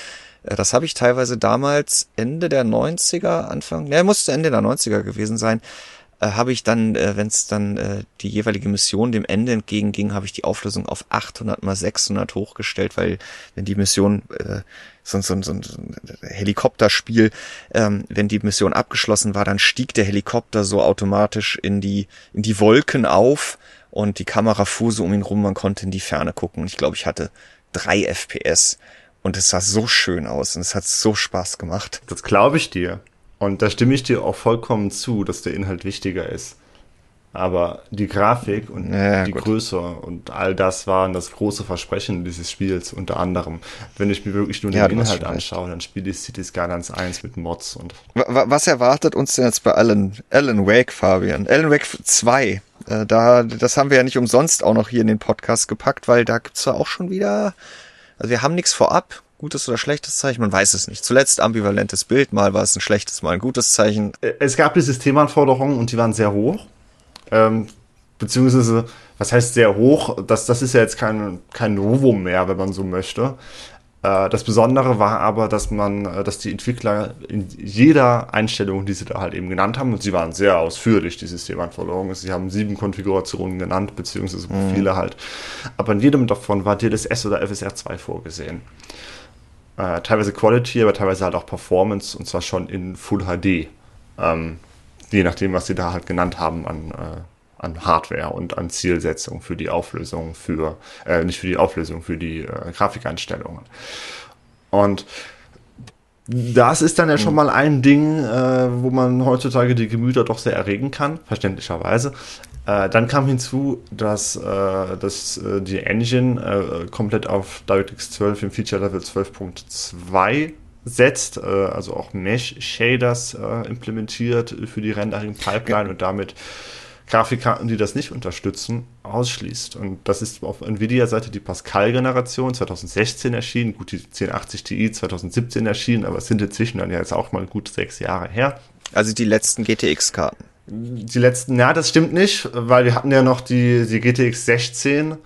S1: Das habe ich teilweise damals Ende der 90er, musste Ende der 90er gewesen sein, habe ich dann, wenn es dann die jeweilige Mission dem Ende entgegenging, habe ich die Auflösung auf 800 mal 600 hochgestellt, weil wenn die Mission, so ein Helikopterspiel, wenn die Mission abgeschlossen war, dann stieg der Helikopter so automatisch in die Wolken auf und die Kamera fuhr so um ihn rum, man konnte in die Ferne gucken. Und ich glaube, ich hatte 3 FPS und es sah so schön aus und es hat so Spaß gemacht.
S2: Das glaube ich dir. Und da stimme ich dir auch vollkommen zu, dass der Inhalt wichtiger ist. Aber die Grafik und die Größe und all das waren das große Versprechen dieses Spiels unter anderem. Wenn ich mir wirklich nur den Inhalt anschaue, dann spiele ich Cities Skylines 1 mit Mods. Und
S1: was erwartet uns denn jetzt bei Alan Wake, Fabian? Alan Wake 2, das haben wir ja nicht umsonst auch noch hier in den Podcast gepackt, weil da gibt's ja auch schon wieder, also wir haben nichts vorab. Gutes oder schlechtes Zeichen? Man weiß es nicht. Zuletzt ambivalentes Bild. Mal war es ein schlechtes, mal ein gutes Zeichen.
S2: Es gab die Systemanforderungen und die waren sehr hoch. Beziehungsweise, was heißt sehr hoch? Das ist ja jetzt kein Novum mehr, wenn man so möchte. Das Besondere war aber, dass die Entwickler in jeder Einstellung, die sie da halt eben genannt haben, und sie waren sehr ausführlich, die Systemanforderungen. Sie haben 7 Konfigurationen genannt, beziehungsweise Profile halt. Aber in jedem davon war DLSS oder FSR 2 vorgesehen. Teilweise Quality, aber teilweise halt auch Performance, und zwar schon in Full HD. Je nachdem, was sie da halt genannt haben an Hardware und an Zielsetzung für die Auflösung, nicht für die Auflösung, für die Grafikeinstellungen. Und das ist dann ja schon mal ein Ding, wo man heutzutage die Gemüter doch sehr erregen kann, verständlicherweise. Dann kam hinzu, dass die Engine komplett auf DirectX 12 im Feature Level 12.2 setzt, also auch Mesh-Shaders implementiert für die Rendering-Pipeline und damit Grafikkarten, die das nicht unterstützen, ausschließt. Und das ist auf Nvidia-Seite die Pascal-Generation 2016 erschienen, gut, die 1080 Ti 2017 erschienen, aber es sind inzwischen dann ja jetzt auch mal gut 6 Jahre her.
S1: Also die letzten GTX-Karten.
S2: Die letzten, das stimmt nicht, weil wir hatten ja noch die GTX 16,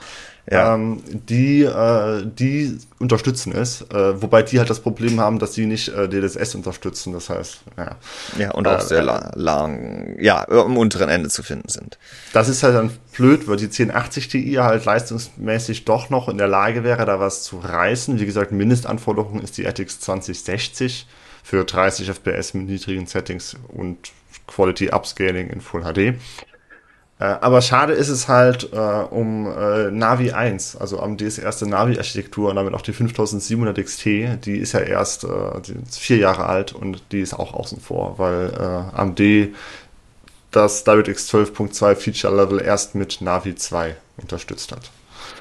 S2: die unterstützen es, wobei die halt das Problem haben, dass die nicht DLSS unterstützen, das heißt,
S1: Ja, und auch sehr lang, am unteren Ende zu finden sind.
S2: Das ist halt dann blöd, weil die 1080 Ti halt leistungsmäßig doch noch in der Lage wäre, da was zu reißen. Wie gesagt, Mindestanforderung ist die RTX 2060 für 30 FPS mit niedrigen Settings und Quality Upscaling in Full HD. Aber schade ist es halt um Navi 1, also AMDs erste Navi-Architektur und damit auch die 5700 XT, die ist ja erst 4 Jahre alt und die ist auch außen vor, weil AMD das DirectX 12.2 Feature Level erst mit Navi 2 unterstützt hat.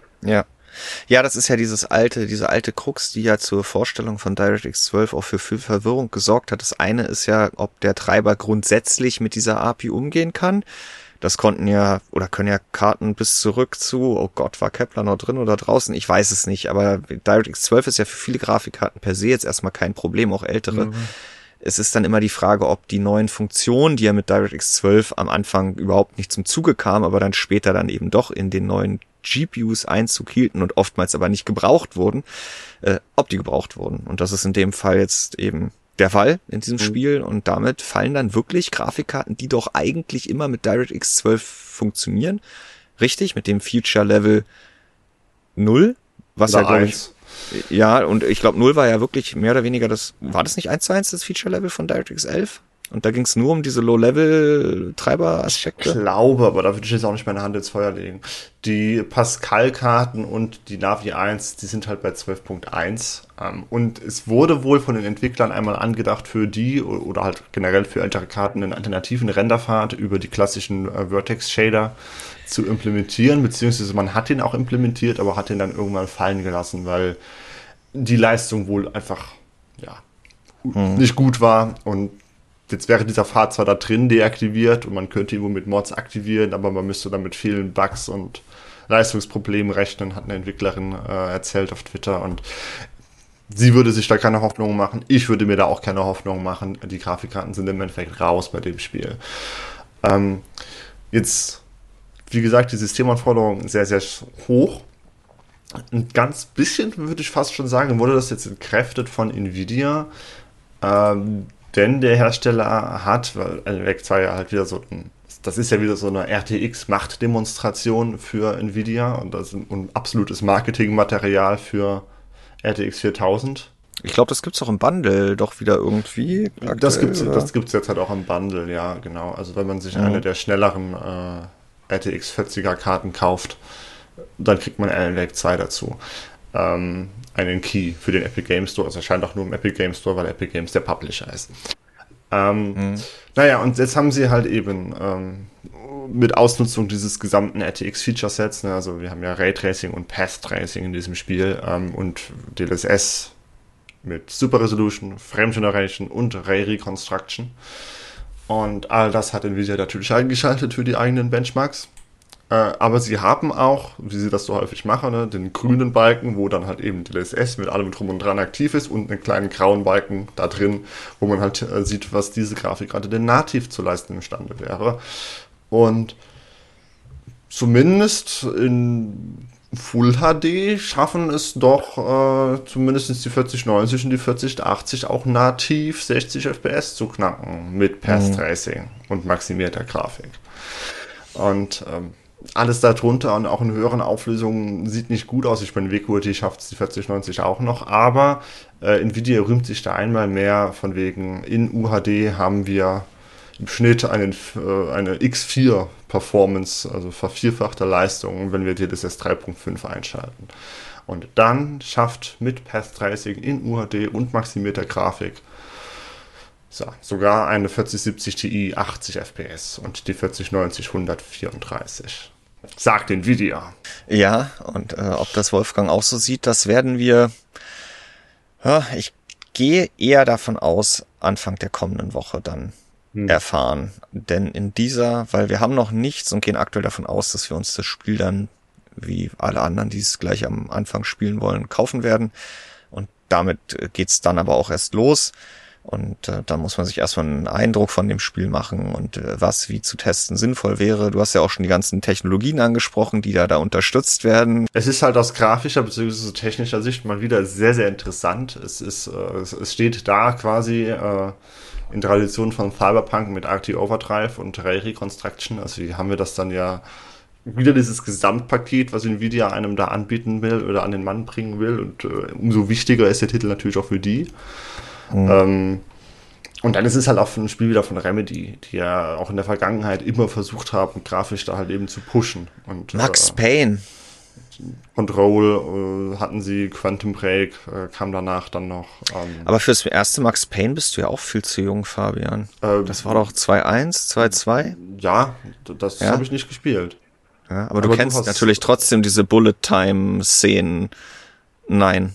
S1: Ja, das ist ja diese alte Krux, die ja zur Vorstellung von DirectX 12 auch für viel Verwirrung gesorgt hat. Das eine ist ja, ob der Treiber grundsätzlich mit dieser API umgehen kann. Das können ja Karten bis zurück zu, oh Gott, war Kepler noch drin oder draußen? Ich weiß es nicht, aber DirectX 12 ist ja für viele Grafikkarten per se jetzt erstmal kein Problem, auch ältere. Es ist dann immer die Frage, ob die neuen Funktionen, die ja mit DirectX 12 am Anfang überhaupt nicht zum Zuge kamen, aber dann später dann eben doch in den neuen GPUs Einzug hielten und oftmals aber nicht gebraucht wurden, ob die gebraucht wurden. Und das ist in dem Fall jetzt eben der Fall in diesem Spiel und damit fallen dann wirklich Grafikkarten, die doch eigentlich immer mit DirectX 12 funktionieren. Richtig, mit dem Feature Level 0, was ja, glaube ich, ja, und ich glaube 0 war ja wirklich mehr oder weniger war das nicht 1:1 das Feature Level von DirectX 11? Und da ging es nur um diese Low-Level-Treiber-Aspekte?
S2: Ich glaube, aber da würde ich jetzt auch nicht meine Hand ins Feuer legen. Die Pascal-Karten und die Navi 1, die sind halt bei 12.1. Und es wurde wohl von den Entwicklern einmal angedacht, für die oder halt generell für ältere Karten einen alternativen Renderpfad über die klassischen Vertex-Shader zu implementieren, beziehungsweise man hat den auch implementiert, aber hat den dann irgendwann fallen gelassen, weil die Leistung wohl einfach nicht gut war und jetzt wäre dieser Pfad zwar da drin deaktiviert und man könnte ihn wohl mit Mods aktivieren, aber man müsste dann mit vielen Bugs und Leistungsproblemen rechnen, hat eine Entwicklerin erzählt auf Twitter und sie würde sich da keine Hoffnung machen. Ich würde mir da auch keine Hoffnung machen. Die Grafikkarten sind im Endeffekt raus bei dem Spiel. Jetzt, wie gesagt, die Systemanforderungen sind sehr, sehr hoch. Ein ganz bisschen, würde ich fast schon sagen, wurde das jetzt entkräftet von Nvidia. Denn der Hersteller hat, weil Alan Wake 2 ja halt wieder das ist ja wieder so eine RTX-Machtdemonstration für Nvidia und das ist ein absolutes Marketingmaterial für RTX 4000.
S1: Ich glaube, das gibt's auch im Bundle doch wieder irgendwie aktuell,
S2: Das gibt's jetzt halt auch im Bundle, ja, genau. Also wenn man sich eine der schnelleren RTX 40er Karten kauft, dann kriegt man Alan Wake 2 dazu. Einen Key für den Epic Games Store. Also erscheint auch nur im Epic Games Store, weil Epic Games der Publisher ist. Naja, und jetzt haben sie halt eben mit Ausnutzung dieses gesamten RTX-Feature-Sets, ne, also wir haben ja Raytracing und Path-Tracing in diesem Spiel und DLSS mit Super Resolution, Frame Generation und Ray Reconstruction. Und all das hat Nvidia natürlich eingeschaltet für die eigenen Benchmarks. Aber sie haben auch, wie sie das so häufig machen, ne, den grünen Balken, wo dann halt eben DLSS mit allem drum und dran aktiv ist und einen kleinen grauen Balken da drin, wo man halt sieht, was diese Grafik gerade denn nativ zu leisten imstande wäre. Und zumindest in Full HD schaffen es doch zumindest die 4090 und die 4080 auch nativ 60 FPS zu knacken mit Path Tracing und maximierter Grafik. Und alles darunter und auch in höheren Auflösungen sieht nicht gut aus. Ich meine, WQT schafft es die 4090 auch noch, aber Nvidia rühmt sich da einmal mehr von wegen, in UHD haben wir im Schnitt eine X4 Performance, also vervierfachte Leistung, wenn wir DLSS 3.5 einschalten. Und dann schafft mit Path Tracing in UHD und maximierter Grafik sogar eine 4070 Ti 80 FPS und die 4090 134. Sagt Nvidia.
S1: Ja, und ob das Wolfgang auch so sieht, das werden wir, ich gehe eher davon aus, Anfang der kommenden Woche dann erfahren. Denn weil wir haben noch nichts und gehen aktuell davon aus, dass wir uns das Spiel dann, wie alle anderen, die es gleich am Anfang spielen wollen, kaufen werden. Und damit geht's dann aber auch erst los. Und da muss man sich erstmal einen Eindruck von dem Spiel machen und was wie zu testen sinnvoll wäre. Du hast ja auch schon die ganzen Technologien angesprochen, die da unterstützt werden.
S2: Es ist halt aus grafischer bzw. technischer Sicht mal wieder sehr, sehr interessant. Es steht da quasi in Tradition von Cyberpunk mit RT Overdrive und Ray Reconstruction. Also hier haben wir das dann ja wieder dieses Gesamtpaket, was Nvidia einem da anbieten will oder an den Mann bringen will. Und umso wichtiger ist der Titel natürlich auch für die. Und dann ist es halt auch ein Spiel wieder von Remedy, die ja auch in der Vergangenheit immer versucht haben, grafisch da halt eben zu pushen. Und,
S1: Max Payne.
S2: Control hatten sie, Quantum Break kam danach dann noch.
S1: Aber fürs erste Max Payne bist du ja auch viel zu jung, Fabian. Das war doch 2.1, 2.2?
S2: Ja, das habe ich nicht gespielt.
S1: Ja, aber du kennst natürlich trotzdem diese Bullet-Time-Szenen. Nein.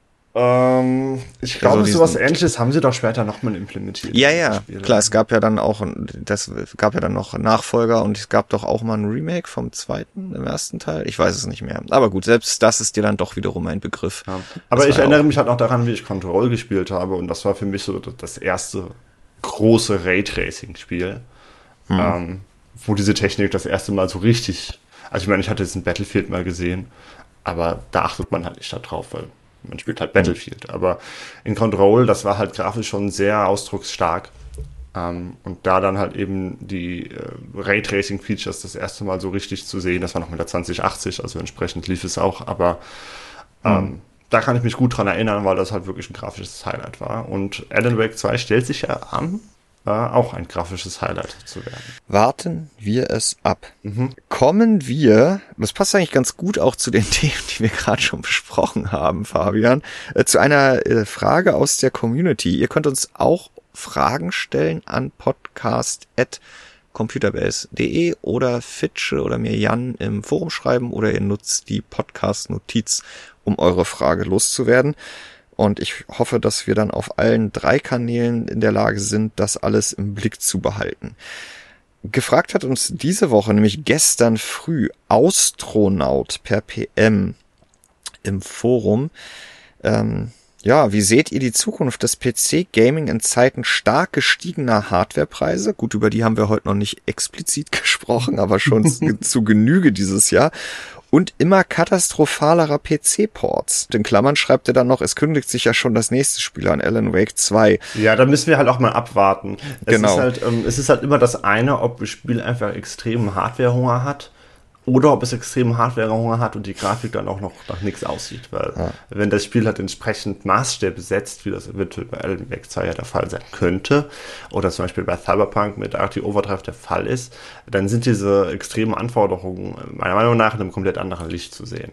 S2: Ich glaube, sowas Ähnliches haben sie doch später nochmal implementiert.
S1: Ja, klar, es gab ja dann noch Nachfolger und es gab doch auch mal ein Remake vom im ersten Teil. Ich weiß es nicht mehr. Aber gut, selbst das ist dir dann doch wiederum ein Begriff.
S2: Ja. Aber ich erinnere mich halt auch daran, wie ich Control gespielt habe und das war für mich so das erste große Raytracing-Spiel, wo diese Technik das erste Mal so richtig, also ich meine, ich hatte jetzt ein Battlefield mal gesehen, aber da achtet man halt nicht drauf, weil man spielt halt Battlefield, aber in Control, das war halt grafisch schon sehr ausdrucksstark und da dann halt eben die Raytracing-Features das erste Mal so richtig zu sehen, das war noch mit der 2080, also entsprechend lief es auch, aber da kann ich mich gut dran erinnern, weil das halt wirklich ein grafisches Highlight war und Alan Wake 2 stellt sich ja an, auch ein grafisches Highlight zu werden.
S1: Warten wir es ab. Kommen wir, das passt eigentlich ganz gut auch zu den Themen, die wir gerade schon besprochen haben, Fabian, zu einer Frage aus der Community. Ihr könnt uns auch Fragen stellen an podcast@computerbase.de oder Fitsche oder mir Jan im Forum schreiben oder ihr nutzt die Podcast-Notiz, um eure Frage loszuwerden. Und ich hoffe, dass wir dann auf allen 3 Kanälen in der Lage sind, das alles im Blick zu behalten. Gefragt hat uns diese Woche, nämlich gestern früh, Astronaut per PM im Forum. Ja, wie seht ihr die Zukunft des PC-Gaming in Zeiten stark gestiegener Hardwarepreise? Gut, über die haben wir heute noch nicht explizit gesprochen, aber schon zu Genüge dieses Jahr. Und immer katastrophalerer PC-Ports. In Klammern schreibt er dann noch, es kündigt sich ja schon das nächste Spiel an, Alan Wake 2.
S2: Ja, da müssen wir halt auch mal abwarten.
S1: Genau.
S2: Es ist halt immer das eine, ob das Spiel einfach extremen Hardwarehunger hat oder ob es extremen Hardwarehunger hat und die Grafik dann auch noch nach nichts aussieht. Weil wenn das Spiel halt entsprechend Maßstäbe setzt, wie das eventuell bei Alan Wake 2 ja der Fall sein könnte, oder zum Beispiel bei Cyberpunk mit Arctic Overdrive der Fall ist, dann sind diese extremen Anforderungen meiner Meinung nach in einem komplett anderen Licht zu sehen.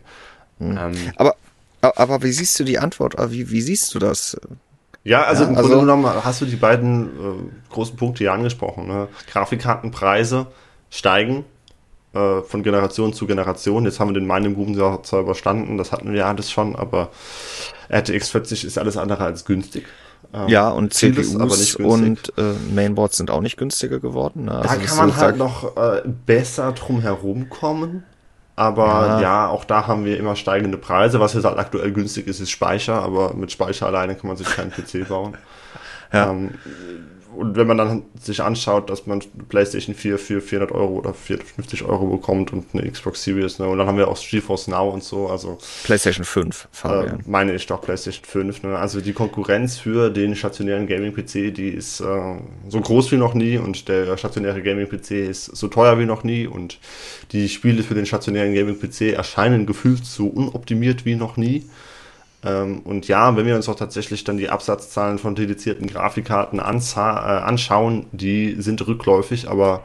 S1: Aber wie siehst du die Antwort? Wie siehst du das?
S2: Ja, also im Grunde genommen hast du die beiden großen Punkte hier angesprochen. Ne? Grafikkartenpreise steigen von Generation zu Generation. Jetzt haben wir den Mining Boom zwar überstanden, das hatten wir ja alles schon, aber RTX 40 ist alles andere als günstig.
S1: Ja, und CPUs
S2: aber nicht
S1: und Mainboards sind auch nicht günstiger geworden. Ne?
S2: Also da kann man halt noch besser drum herum kommen. Aber ja, auch da haben wir immer steigende Preise. Was jetzt halt aktuell günstig ist, ist Speicher. Aber mit Speicher alleine kann man sich keinen PC bauen.
S1: Ja.
S2: Und wenn man dann sich anschaut, dass man PlayStation 4 für 400 Euro oder 450 Euro bekommt und eine Xbox Series, ne? Und dann haben wir auch GeForce Now und so, also
S1: PlayStation 5, Fabian.
S2: Meine ich doch PlayStation 5, ne? Also die Konkurrenz für den stationären Gaming-PC, die ist so groß wie noch nie und der stationäre Gaming-PC ist so teuer wie noch nie und die Spiele für den stationären Gaming-PC erscheinen gefühlt so unoptimiert wie noch nie. Und ja, wenn wir uns auch tatsächlich dann die Absatzzahlen von dedizierten Grafikkarten anschauen, die sind rückläufig, aber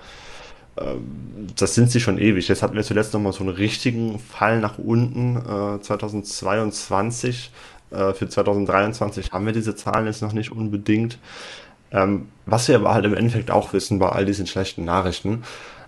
S2: das sind sie schon ewig. Jetzt hatten wir zuletzt nochmal so einen richtigen Fall nach unten, 2022. Für 2023 haben wir diese Zahlen jetzt noch nicht unbedingt. Was wir aber halt im Endeffekt auch wissen bei all diesen schlechten Nachrichten,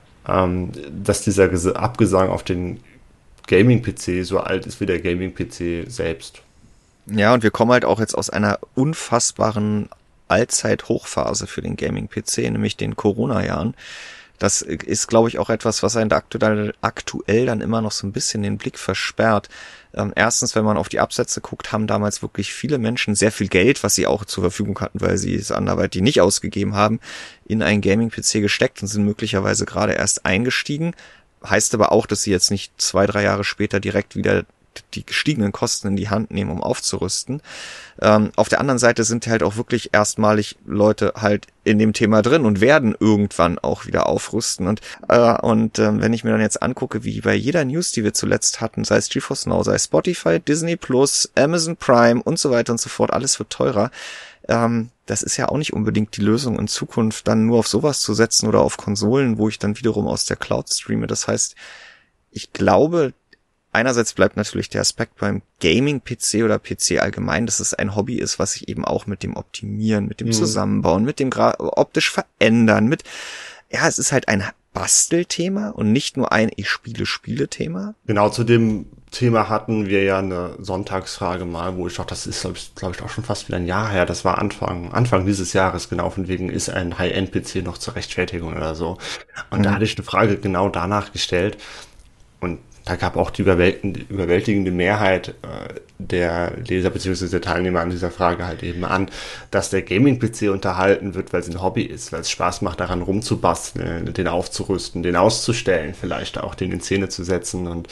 S2: dass dieser Abgesang auf den Gaming-PC so alt ist wie der Gaming-PC selbst.
S1: Ja, und wir kommen halt auch jetzt aus einer unfassbaren Allzeit-Hochphase für den Gaming-PC, nämlich den Corona-Jahren. Das ist, glaube ich, auch etwas, was einen aktuell dann immer noch so ein bisschen den Blick versperrt. Erstens, wenn man auf die Absätze guckt, haben damals wirklich viele Menschen sehr viel Geld, was sie auch zur Verfügung hatten, weil sie es anderweitig nicht ausgegeben haben, in einen Gaming-PC gesteckt und sind möglicherweise gerade erst eingestiegen. Heißt aber auch, dass sie jetzt nicht 2-3 Jahre später direkt wieder die gestiegenen Kosten in die Hand nehmen, um aufzurüsten. Auf der anderen Seite sind halt auch wirklich erstmalig Leute halt in dem Thema drin und werden irgendwann auch wieder aufrüsten. Und wenn ich mir dann jetzt angucke, wie bei jeder News, die wir zuletzt hatten, sei es GeForce Now, sei es Spotify, Disney Plus, Amazon Prime und so weiter und so fort, alles wird teurer. Das ist ja auch nicht unbedingt die Lösung in Zukunft, dann nur auf sowas zu setzen oder auf Konsolen, wo ich dann wiederum aus der Cloud streame. Das heißt, ich glaube, einerseits bleibt natürlich der Aspekt beim Gaming-PC oder PC allgemein, dass es ein Hobby ist, was sich eben auch mit dem Optimieren, mit dem Zusammenbauen, mit dem optisch Verändern, es ist halt ein Bastelthema und nicht nur ein Ich-Spiele-Spiele-Thema.
S2: Genau, zu dem Thema hatten wir ja eine Sonntagsfrage mal, wo ich dachte, das ist, glaube ich, auch schon fast wieder ein Jahr her. Das war Anfang dieses Jahres, genau, von wegen, ist ein High-End-PC noch zur Rechtfertigung oder so. Und da hatte ich eine Frage genau danach gestellt. Und da gab auch die überwältigende Mehrheit der Leser bzw. der Teilnehmer an dieser Frage halt eben an, dass der Gaming-PC unterhalten wird, weil es ein Hobby ist, weil es Spaß macht, daran rumzubasteln, den aufzurüsten, den auszustellen, vielleicht auch den in Szene zu setzen. Und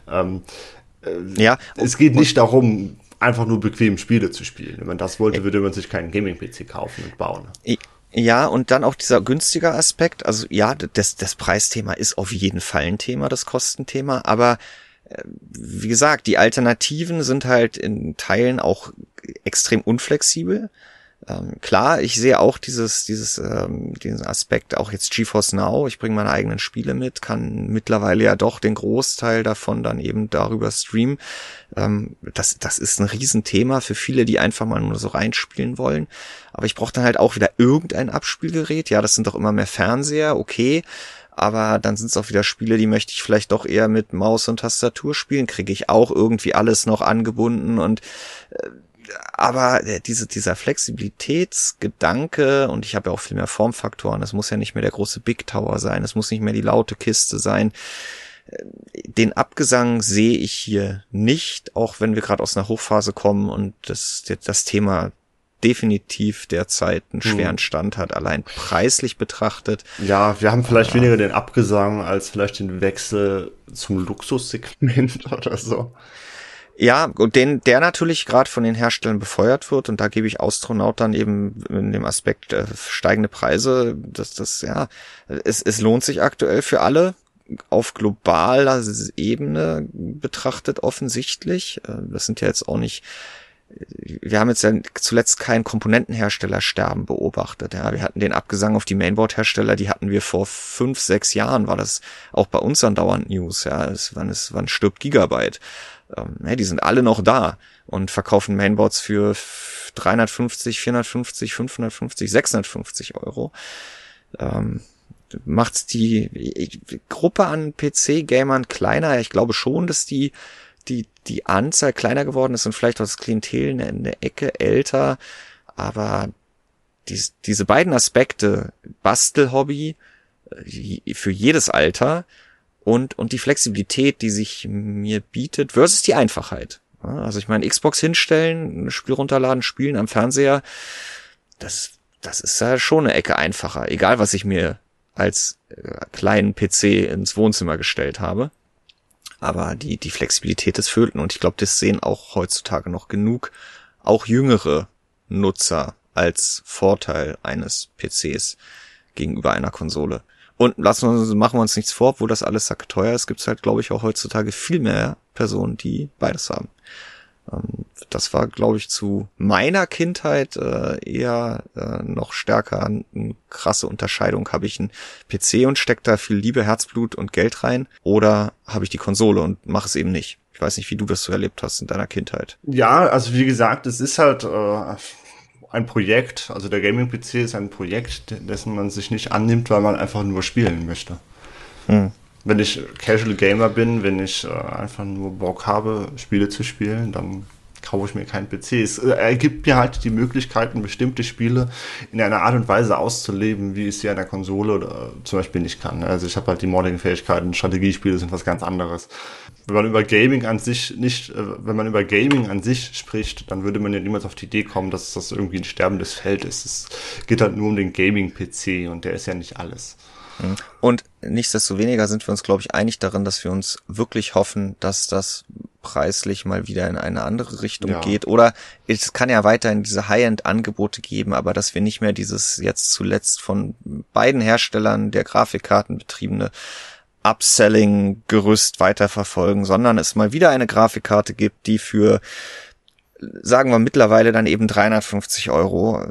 S2: es geht nicht darum, einfach nur bequem Spiele zu spielen. Wenn man das wollte, würde man sich keinen Gaming-PC kaufen und bauen.
S1: Ja, und dann auch dieser günstige Aspekt, also ja, das Preisthema ist auf jeden Fall ein Thema, das Kostenthema, aber wie gesagt, die Alternativen sind halt in Teilen auch extrem unflexibel. Klar, ich sehe auch diesen Aspekt, auch jetzt GeForce Now, ich bringe meine eigenen Spiele mit, kann mittlerweile ja doch den Großteil davon dann eben darüber streamen. Das ist ein Riesenthema für viele, die einfach mal nur so reinspielen wollen. Aber ich brauche dann halt auch wieder irgendein Abspielgerät. Ja, das sind doch immer mehr Fernseher, okay. Aber dann sind es auch wieder Spiele, die möchte ich vielleicht doch eher mit Maus und Tastatur spielen. Kriege ich auch irgendwie alles noch angebunden und aber dieser Flexibilitätsgedanke, und ich habe ja auch viel mehr Formfaktoren, es muss ja nicht mehr der große Big Tower sein, es muss nicht mehr die laute Kiste sein. Den Abgesang sehe ich hier nicht, auch wenn wir gerade aus einer Hochphase kommen und das Thema definitiv derzeit einen schweren Stand hat, allein preislich betrachtet.
S2: Ja, wir haben vielleicht weniger den Abgesang als vielleicht den Wechsel zum Luxussegment oder so.
S1: Ja, und der natürlich gerade von den Herstellern befeuert wird, und da gebe ich Astronaut dann eben in dem Aspekt steigende Preise, es lohnt sich aktuell für alle, auf globaler Ebene betrachtet offensichtlich. Das sind ja jetzt auch nicht, wir haben jetzt ja zuletzt keinen Komponentenherstellersterben beobachtet. Ja, wir hatten den Abgesang auf die Mainboard-Hersteller, die hatten wir vor 5, 6 Jahren, war das auch bei uns andauernd News. Ja, wann stirbt Gigabyte? Die sind alle noch da und verkaufen Mainboards für 350, 450, 550, 650 Euro. Macht's die Gruppe an PC-Gamern kleiner? Ich glaube schon, dass die Anzahl kleiner geworden ist und vielleicht auch das Klientel in der Ecke älter, aber diese beiden Aspekte, Bastelhobby für jedes Alter und die Flexibilität, die sich mir bietet, versus die Einfachheit. Also ich meine, Xbox hinstellen, ein Spiel runterladen, spielen am Fernseher, das ist ja schon eine Ecke einfacher, egal was ich mir als kleinen PC ins Wohnzimmer gestellt habe. Aber die Flexibilität des Föten, und ich glaube, das sehen auch heutzutage noch genug, auch jüngere Nutzer als Vorteil eines PCs gegenüber einer Konsole. Und machen wir uns nichts vor, obwohl das alles sacketeuer ist, gibt es halt, glaube ich, auch heutzutage viel mehr Personen, die beides haben. Das war, glaube ich, zu meiner Kindheit eher noch stärker eine krasse Unterscheidung. Habe ich einen PC und stecke da viel Liebe, Herzblut und Geld rein, oder habe ich die Konsole und mache es eben nicht? Ich weiß nicht, wie du das so erlebt hast in deiner Kindheit.
S2: Ja, also wie gesagt, es ist halt ein Projekt, also der Gaming-PC ist ein Projekt, dessen man sich nicht annimmt, weil man einfach nur spielen möchte. Wenn ich Casual Gamer bin, wenn ich einfach nur Bock habe, Spiele zu spielen, dann kaufe ich mir keinen PC. Es ergibt mir halt die Möglichkeiten, bestimmte Spiele in einer Art und Weise auszuleben, wie ich sie an der Konsole oder zum Beispiel nicht kann. Also ich habe halt die Modding-Fähigkeiten, Strategiespiele sind was ganz anderes. Wenn man über Gaming an sich spricht, dann würde man ja niemals auf die Idee kommen, dass das irgendwie ein sterbendes Feld ist. Es geht halt nur um den Gaming-PC und der ist ja nicht alles.
S1: Und nichtsdestoweniger sind wir uns, glaube ich, einig darin, dass wir uns wirklich hoffen, dass das preislich mal wieder in eine andere Richtung geht. Oder es kann ja weiterhin diese High-End-Angebote geben, aber dass wir nicht mehr dieses jetzt zuletzt von beiden Herstellern der Grafikkarten betriebene Upselling-Gerüst weiterverfolgen, sondern es mal wieder eine Grafikkarte gibt, die für, sagen wir mittlerweile dann eben 350 Euro,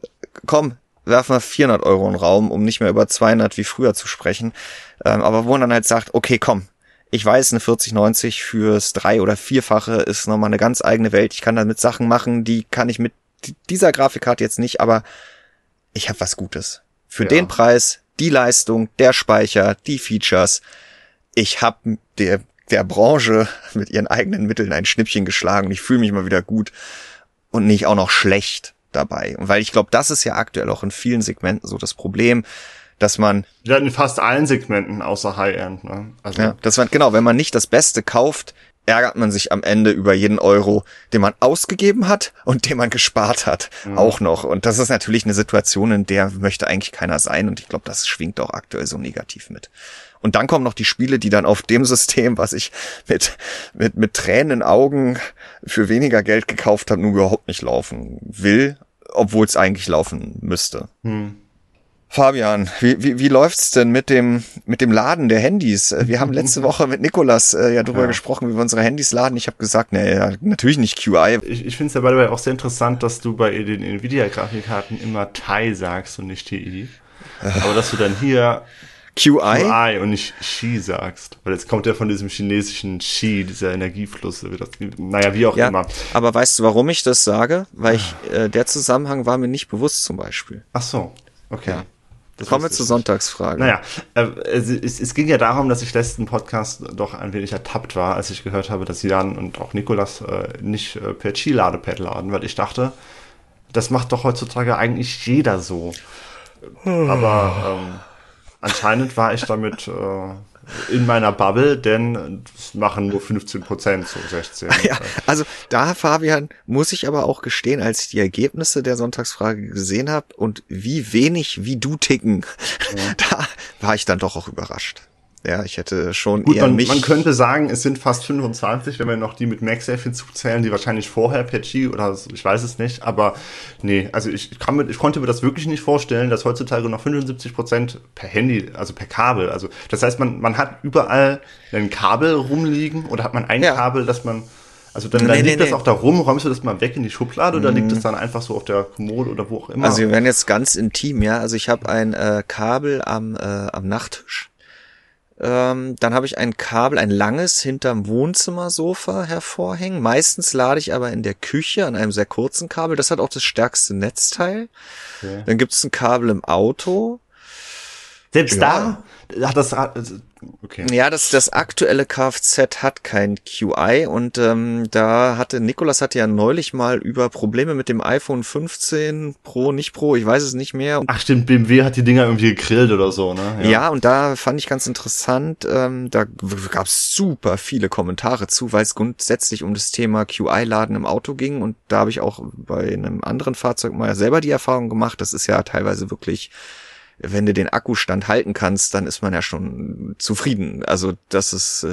S1: werfen wir 400 Euro in den Raum, um nicht mehr über 200 wie früher zu sprechen, aber wo man dann halt sagt, okay, komm, ich weiß, eine 4090 fürs 3- oder 4-fache ist nochmal eine ganz eigene Welt, ich kann damit Sachen machen, die kann ich mit dieser Grafikkarte jetzt nicht, aber ich habe was Gutes. Für den Preis, die Leistung, der Speicher, die Features, ich habe der Branche mit ihren eigenen Mitteln ein Schnippchen geschlagen und ich fühle mich mal wieder gut und nicht auch noch schlecht dabei. Und weil ich glaube, das ist ja aktuell auch in vielen Segmenten so das Problem, dass man...
S2: Ja, in fast allen Segmenten außer High-End, ne? Also
S1: ja, dass man, genau, wenn man nicht das Beste kauft, ärgert man sich am Ende über jeden Euro, den man ausgegeben hat und den man gespart hat, auch noch. Und das ist natürlich eine Situation, in der möchte eigentlich keiner sein. Und ich glaube, das schwingt auch aktuell so negativ mit. Und dann kommen noch die Spiele, die dann auf dem System, was ich mit Tränen in den Augen für weniger Geld gekauft habe, nur überhaupt nicht laufen will, obwohl es eigentlich laufen müsste. Fabian, wie läuft's denn mit dem Laden der Handys? Wir haben letzte Woche mit Nikolas darüber gesprochen, wie wir unsere Handys laden. Ich habe gesagt, natürlich nicht QI.
S2: Ich finde es ja dabei auch sehr interessant, dass du bei den Nvidia-Grafikkarten immer TI sagst und nicht TI. Aber dass du dann hier QI und nicht Qi sagst. Weil jetzt kommt ja von diesem chinesischen Qi, dieser Energiefluss. Wie auch immer.
S1: Aber weißt du, warum ich das sage? Weil der Zusammenhang war mir nicht bewusst zum Beispiel.
S2: Ach so, okay.
S1: Ja. Kommen wir zur Sonntagsfrage.
S2: Naja, es ging ja darum, dass ich letzten Podcast doch ein wenig ertappt war, als ich gehört habe, dass Jan und auch Nikolas nicht per Qi-Ladepad laden, weil ich dachte, das macht doch heutzutage eigentlich jeder so. Aber anscheinend war ich damit in meiner Bubble, denn es machen nur 15%, so 16.
S1: Ja, also da, Fabian, muss ich aber auch gestehen, als ich die Ergebnisse der Sonntagsfrage gesehen habe und wie wenig wie du ticken, da war ich dann doch auch überrascht. Ja, ich hätte schon
S2: Gut,
S1: eher
S2: man könnte sagen, es sind fast 25, wenn wir noch die mit MagSafe hinzuzählen, die wahrscheinlich vorher per G oder so, ich weiß es nicht, aber nee, also ich konnte mir das wirklich nicht vorstellen, dass heutzutage noch 75% per Handy, also per Kabel, also das heißt, man hat überall ein Kabel rumliegen oder hat man ein Kabel, dass man, also dann liegt das auch da rum, räumst du das mal weg in die Schublade oder liegt das dann einfach so auf der Kommode oder wo auch immer?
S1: Also wir werden jetzt ganz intim, ja, also ich habe ein Kabel am Nachttisch. Dann habe ich ein Kabel, ein langes, hinterm Wohnzimmersofa hervorhängen. Meistens lade ich aber in der Küche an einem sehr kurzen Kabel. Das hat auch das stärkste Netzteil. Okay. Dann gibt es ein Kabel im Auto.
S2: Selbst da hat das...
S1: Okay. Ja, das aktuelle Kfz hat kein QI und Nikolas hatte ja neulich mal über Probleme mit dem iPhone 15 Pro, nicht Pro, ich weiß es nicht mehr.
S2: Ach stimmt, BMW hat die Dinger irgendwie gegrillt oder so, ne?
S1: Ja, und da fand ich ganz interessant, da gab es super viele Kommentare zu, weil es grundsätzlich um das Thema QI-Laden im Auto ging und da habe ich auch bei einem anderen Fahrzeug mal selber die Erfahrung gemacht, das ist ja teilweise wirklich... Wenn du den Akkustand halten kannst, dann ist man ja schon zufrieden. Also das ist,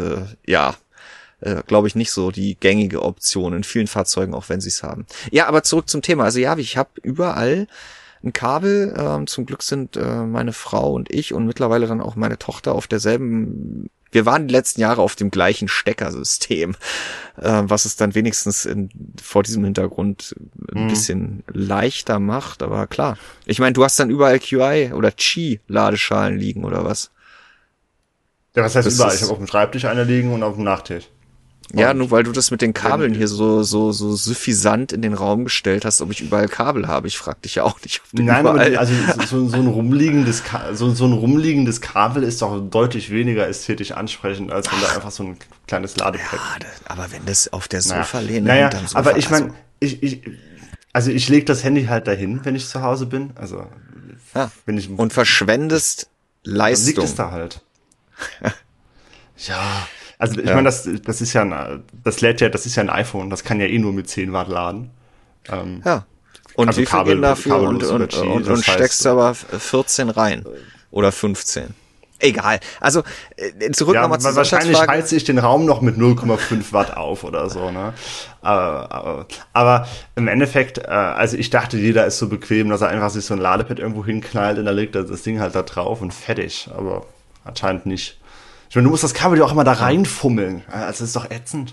S1: glaube ich, nicht so die gängige Option in vielen Fahrzeugen, auch wenn sie es haben. Ja, aber zurück zum Thema. Also ja, ich habe überall ein Kabel. Zum Glück sind meine Frau und ich und mittlerweile dann auch meine Tochter auf derselben... Wir waren die letzten Jahre auf dem gleichen Steckersystem, was es dann wenigstens vor diesem Hintergrund ein bisschen leichter macht. Aber klar, ich meine, du hast dann überall QI oder Qi-Ladeschalen liegen oder was?
S2: Ja, was heißt das überall? Ich habe auf dem Schreibtisch eine liegen und auf dem Nachttisch.
S1: Ja, nur weil du das mit den Kabeln hier so suffisant in den Raum gestellt hast, ob ich überall Kabel habe. Ich frag dich ja auch nicht, ob du
S2: Nein,
S1: überall...
S2: aber so ein rumliegendes Kabel ist doch deutlich weniger ästhetisch ansprechend, als wenn da einfach so ein kleines Ladepad.
S1: Ja, aber wenn das auf der Sofalehne
S2: hinterm Sofa... Aber ich meine, ich lege das Handy halt dahin, wenn ich zu Hause bin. Also wenn ich
S1: und verschwendest Leistung.
S2: Dann liegt es da halt. Ja... Also ich meine, das ist ja das ist ja ein iPhone, das kann ja eh nur mit 10 Watt laden.
S1: Und
S2: also
S1: wie viel gehen dafür und steckst du aber 14 rein oder 15. Egal. Also zurück nochmal zur
S2: wahrscheinlich heize ich den Raum noch mit 0,5 Watt auf oder so, ne? Aber im Endeffekt, also ich dachte, jeder ist so bequem, dass er einfach sich so ein Ladepad irgendwo hinknallt und da legt das Ding halt da drauf und fertig. Aber anscheinend nicht. Ich meine, du musst das Kabel ja auch immer da reinfummeln. Also das ist doch ätzend.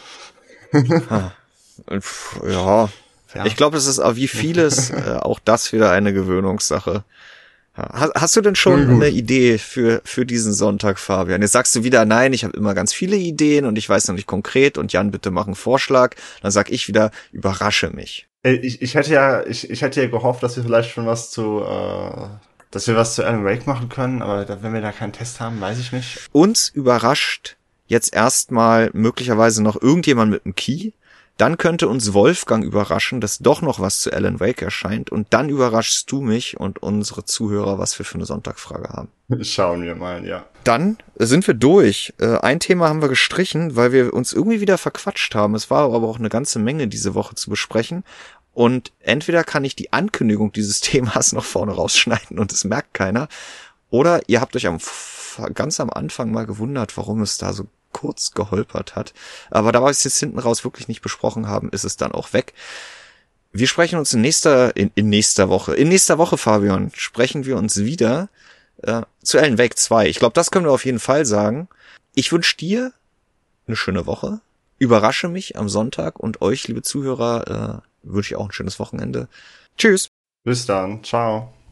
S1: Ja. Ich glaube, es ist wie vieles auch das wieder eine Gewöhnungssache. Hast du denn schon eine Idee für diesen Sonntag, Fabian? Jetzt sagst du wieder, nein, ich habe immer ganz viele Ideen und ich weiß noch nicht konkret und Jan, bitte mach einen Vorschlag. Dann sag ich wieder, überrasche mich.
S2: Ich hätte ja gehofft, dass wir vielleicht schon was zu Alan Wake machen können, aber wenn wir da keinen Test haben, weiß ich nicht.
S1: Uns überrascht jetzt erstmal möglicherweise noch irgendjemand mit einem Key. Dann könnte uns Wolfgang überraschen, dass doch noch was zu Alan Wake erscheint. Und dann überraschst du mich und unsere Zuhörer, was wir für eine Sonntagfrage haben.
S2: Schauen wir mal, ja.
S1: Dann sind wir durch. Ein Thema haben wir gestrichen, weil wir uns irgendwie wieder verquatscht haben. Es war aber auch eine ganze Menge diese Woche zu besprechen. Und entweder kann ich die Ankündigung dieses Themas noch vorne rausschneiden und es merkt keiner. Oder ihr habt euch ganz am Anfang mal gewundert, warum es da so kurz geholpert hat. Aber da wir es jetzt hinten raus wirklich nicht besprochen haben, ist es dann auch weg. Wir sprechen uns in nächster Woche. In nächster Woche, Fabian, sprechen wir uns wieder zu Alan Wake 2. Ich glaube, das können wir auf jeden Fall sagen. Ich wünsche dir eine schöne Woche. Überrasche mich am Sonntag und euch, liebe Zuhörer, wünsche ich auch ein schönes Wochenende. Tschüss.
S2: Bis dann. Ciao.